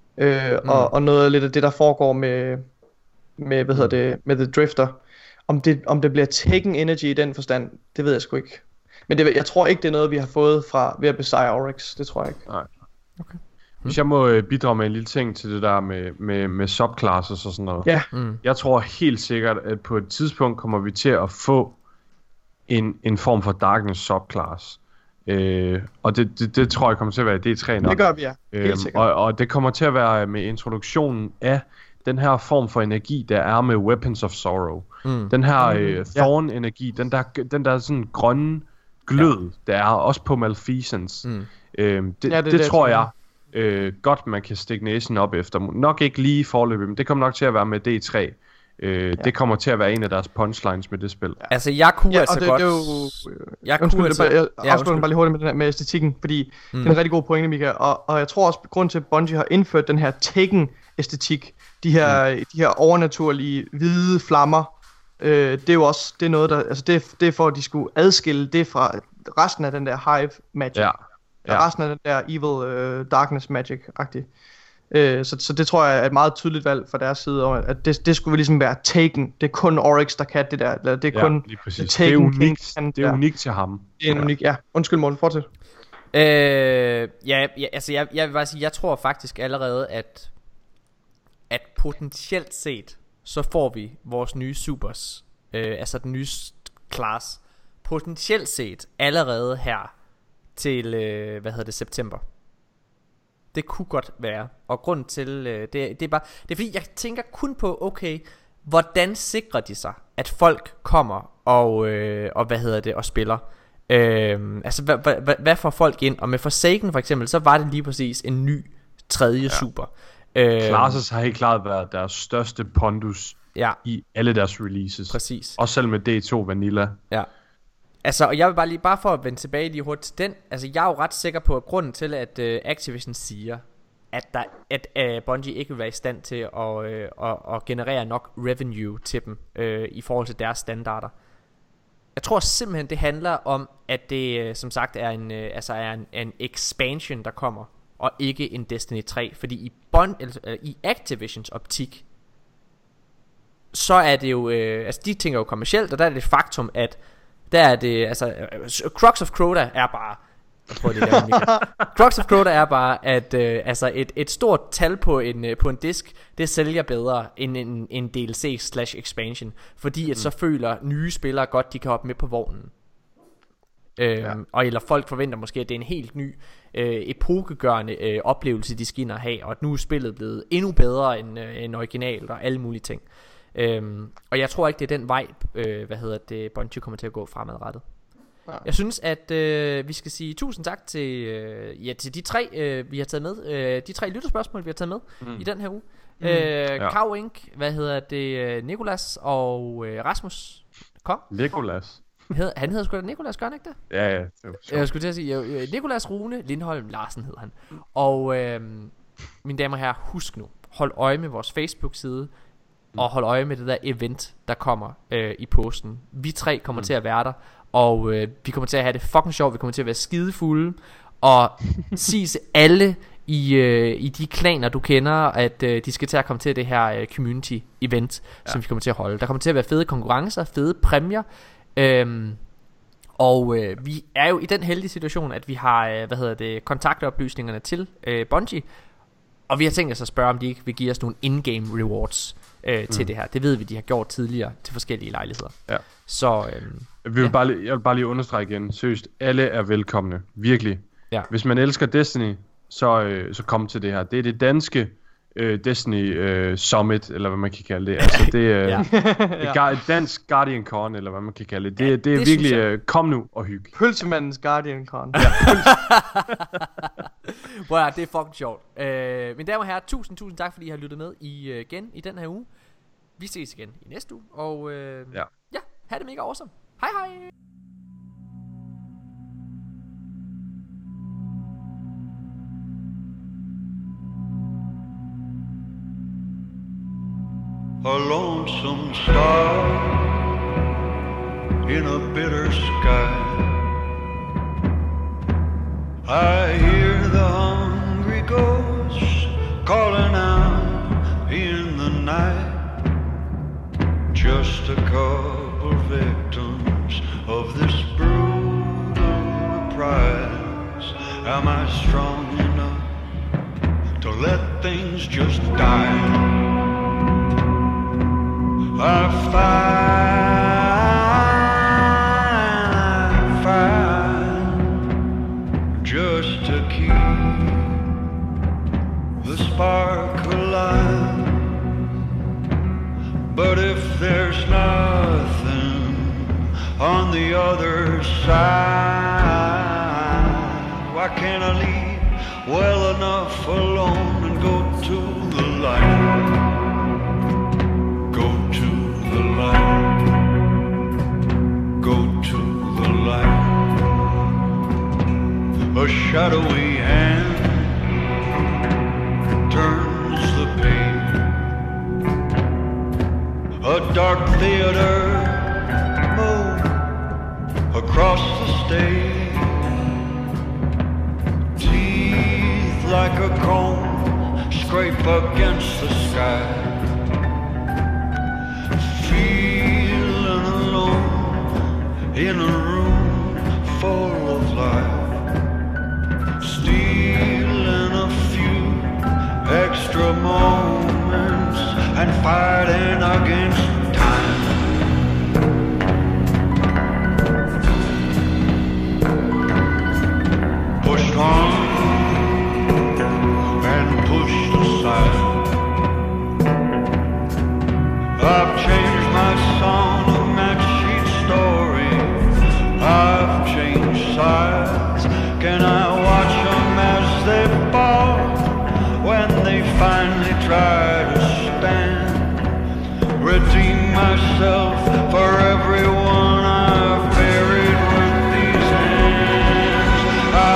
og noget lidt af det der foregår med hvad hedder det, med The Drifter. Om det bliver Taken Energy i den forstand, det ved jeg sgu ikke. Men jeg tror ikke det er noget vi har fået fra ved at besejre Oryx. Det tror jeg ikke. Nej. Okay. Hvis jeg må bidrage med en lille ting til det der med subclasses og sådan noget. Ja. Jeg tror helt sikkert at på et tidspunkt kommer vi til at få en form for darkness subclass. Og det tror jeg kommer til at være i D3 nok. Det gør vi, ja. Helt sikkert. Og det kommer til at være med introduktionen af den her form for energi, der er med Weapons of Sorrow. Den her Thorn-energi, den der sådan grønne glød, der er også på Malfeasance. Det tror jeg godt, man kan stikke næsen op efter. Nok ikke lige forløbet, men det kommer nok til at være med D3. Det kommer til at være en af deres punchlines med det spil. Altså jeg kunne godt... Jeg afslutter bare lige hurtigt med æstetikken, fordi det er en rigtig god pointe, Mika. Og jeg tror også, grund til at Bungie har indført den her Taken æstetik, de her overnaturlige hvide flammer, det er jo også det er noget der, altså det er for at de skulle adskille det fra resten af den der Hive magic. Resten af den der evil darkness magic-agtig. Så det tror jeg er et meget tydeligt valg fra deres side om, at det skulle ligesom være Taken. Det er kun Oryx, der kan det der. Eller det er kun Taken. Det er unikt. Det er unikt til ham. Det er unikt, ja. Undskyld, Morten, fortsæt. Altså jeg vil bare sige, jeg tror faktisk allerede, at potentielt set, så får vi vores nye supers, altså den nye class, potentielt set allerede her til, september. Det kunne godt være. Og grund til det er fordi jeg tænker kun på, okay, hvordan sikrer de sig, at folk kommer og og spiller. Altså hvad får folk ind? Og med Forsaken for eksempel, så var det lige præcis en ny tredje super. Classes har helt klart været deres største pondus i alle deres releases. Præcis. Også selv med D2 Vanilla. Ja. Altså, og jeg vil bare for at vende tilbage lige hurtigt til den. Altså, jeg er jo ret sikker på, at grunden til, at Activision siger, at Bungie ikke vil være i stand til at generere nok revenue til dem i forhold til deres standarder. Jeg tror simpelthen, det handler om, at det som sagt er en expansion, der kommer, og ikke en Destiny 3. Fordi i Activisions optik, så er det jo, de tænker jo kommercielt, og der er det et faktum, at der er det, Crux of Crota er bare, Crux of Crota er bare, at et stort tal på en disk, det sælger bedre end en DLC/expansion, fordi at så føler nye spillere godt, de kan hoppe med på vognen. Og eller folk forventer måske, at det er en helt ny epokegørende oplevelse, de skal ind og have, og at nu er spillet blevet endnu bedre end originalt og alle mulige ting. Og jeg tror ikke det er den vej Bungie kommer til at gå fremadrettet. Jeg synes at vi skal sige tusind tak til de tre vi har taget med, de tre lytterspørgsmål vi har taget med i den her uge. Kav Inc, Nicolas og Rasmus kom. Nicolas. Han hedder sgu da Nicolas, gør han ikke det? Ja. Jeg skulle til at sige Nicolas Rune Lindholm Larsen hed han. Og mine damer og herrer, husk nu, hold øje med vores Facebook-side. og holde øje med det der event, der kommer i posten. Vi 3 kommer til at være der, og vi kommer til at have det fucking sjovt. Vi kommer til at være skidefulde og sige til alle i de klaner du kender, at de skal til at komme til det her community event, som vi kommer til at holde. Der kommer til at være fede konkurrencer, fede præmier, og vi er jo i den heldige situation, at vi har kontaktoplysningerne til Bungie, og vi har tænkt os at spørge, om de ikke vil give os nogle in-game rewards til det her. Det ved vi, de har gjort tidligere til forskellige lejligheder. Ja. Så jeg vil bare lige understrege igen. Seriøst, alle er velkomne. Virkelig. Ja. Hvis man elsker Destiny, så kom til det her. Det er det danske Destiny Summit, eller hvad man kan kalde det. Altså, det er et dansk Guardian Con, eller hvad man kan kalde det. Det er virkelig, kom nu og hygge. Pølsemandens Guardian Con. Wow, det er fucking sjovt. Mine damer og herrer, tusind tak, fordi I har lyttet med igen i den her uge. Vi ses igen i næste uge, og ha' det mega awesome. Hej hej! A lonesome star in a bitter sky. I hear the hungry ghosts calling out in the night. Just a couple victims of this brutal reprise. Am I strong enough to let things just die? I find just to keep the spark alive. But if there's nothing on the other side, why can't I leave well enough alone and go to the light? A shadowy hand turns the page. A dark theater, across the stage. Teeth like a comb scrape against the sky. Feeling alone in a room full of life. Stealing a few extra moments and fighting against time. Pushed on and pushed aside. I've changed my song of match sheet story. I've changed sides. Can I watch them as they fall when they finally try to stand? Redeem myself for everyone I've buried with these hands. I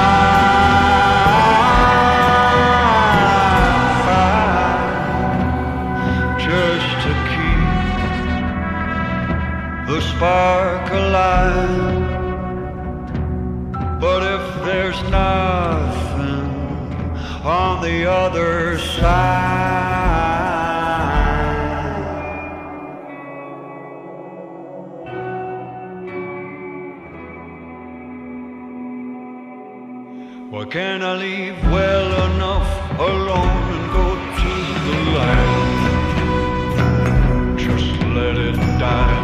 find just to keep the spark alive. But if there's nothing on the other side, why can't I leave well enough alone and go to the light? Just let it die.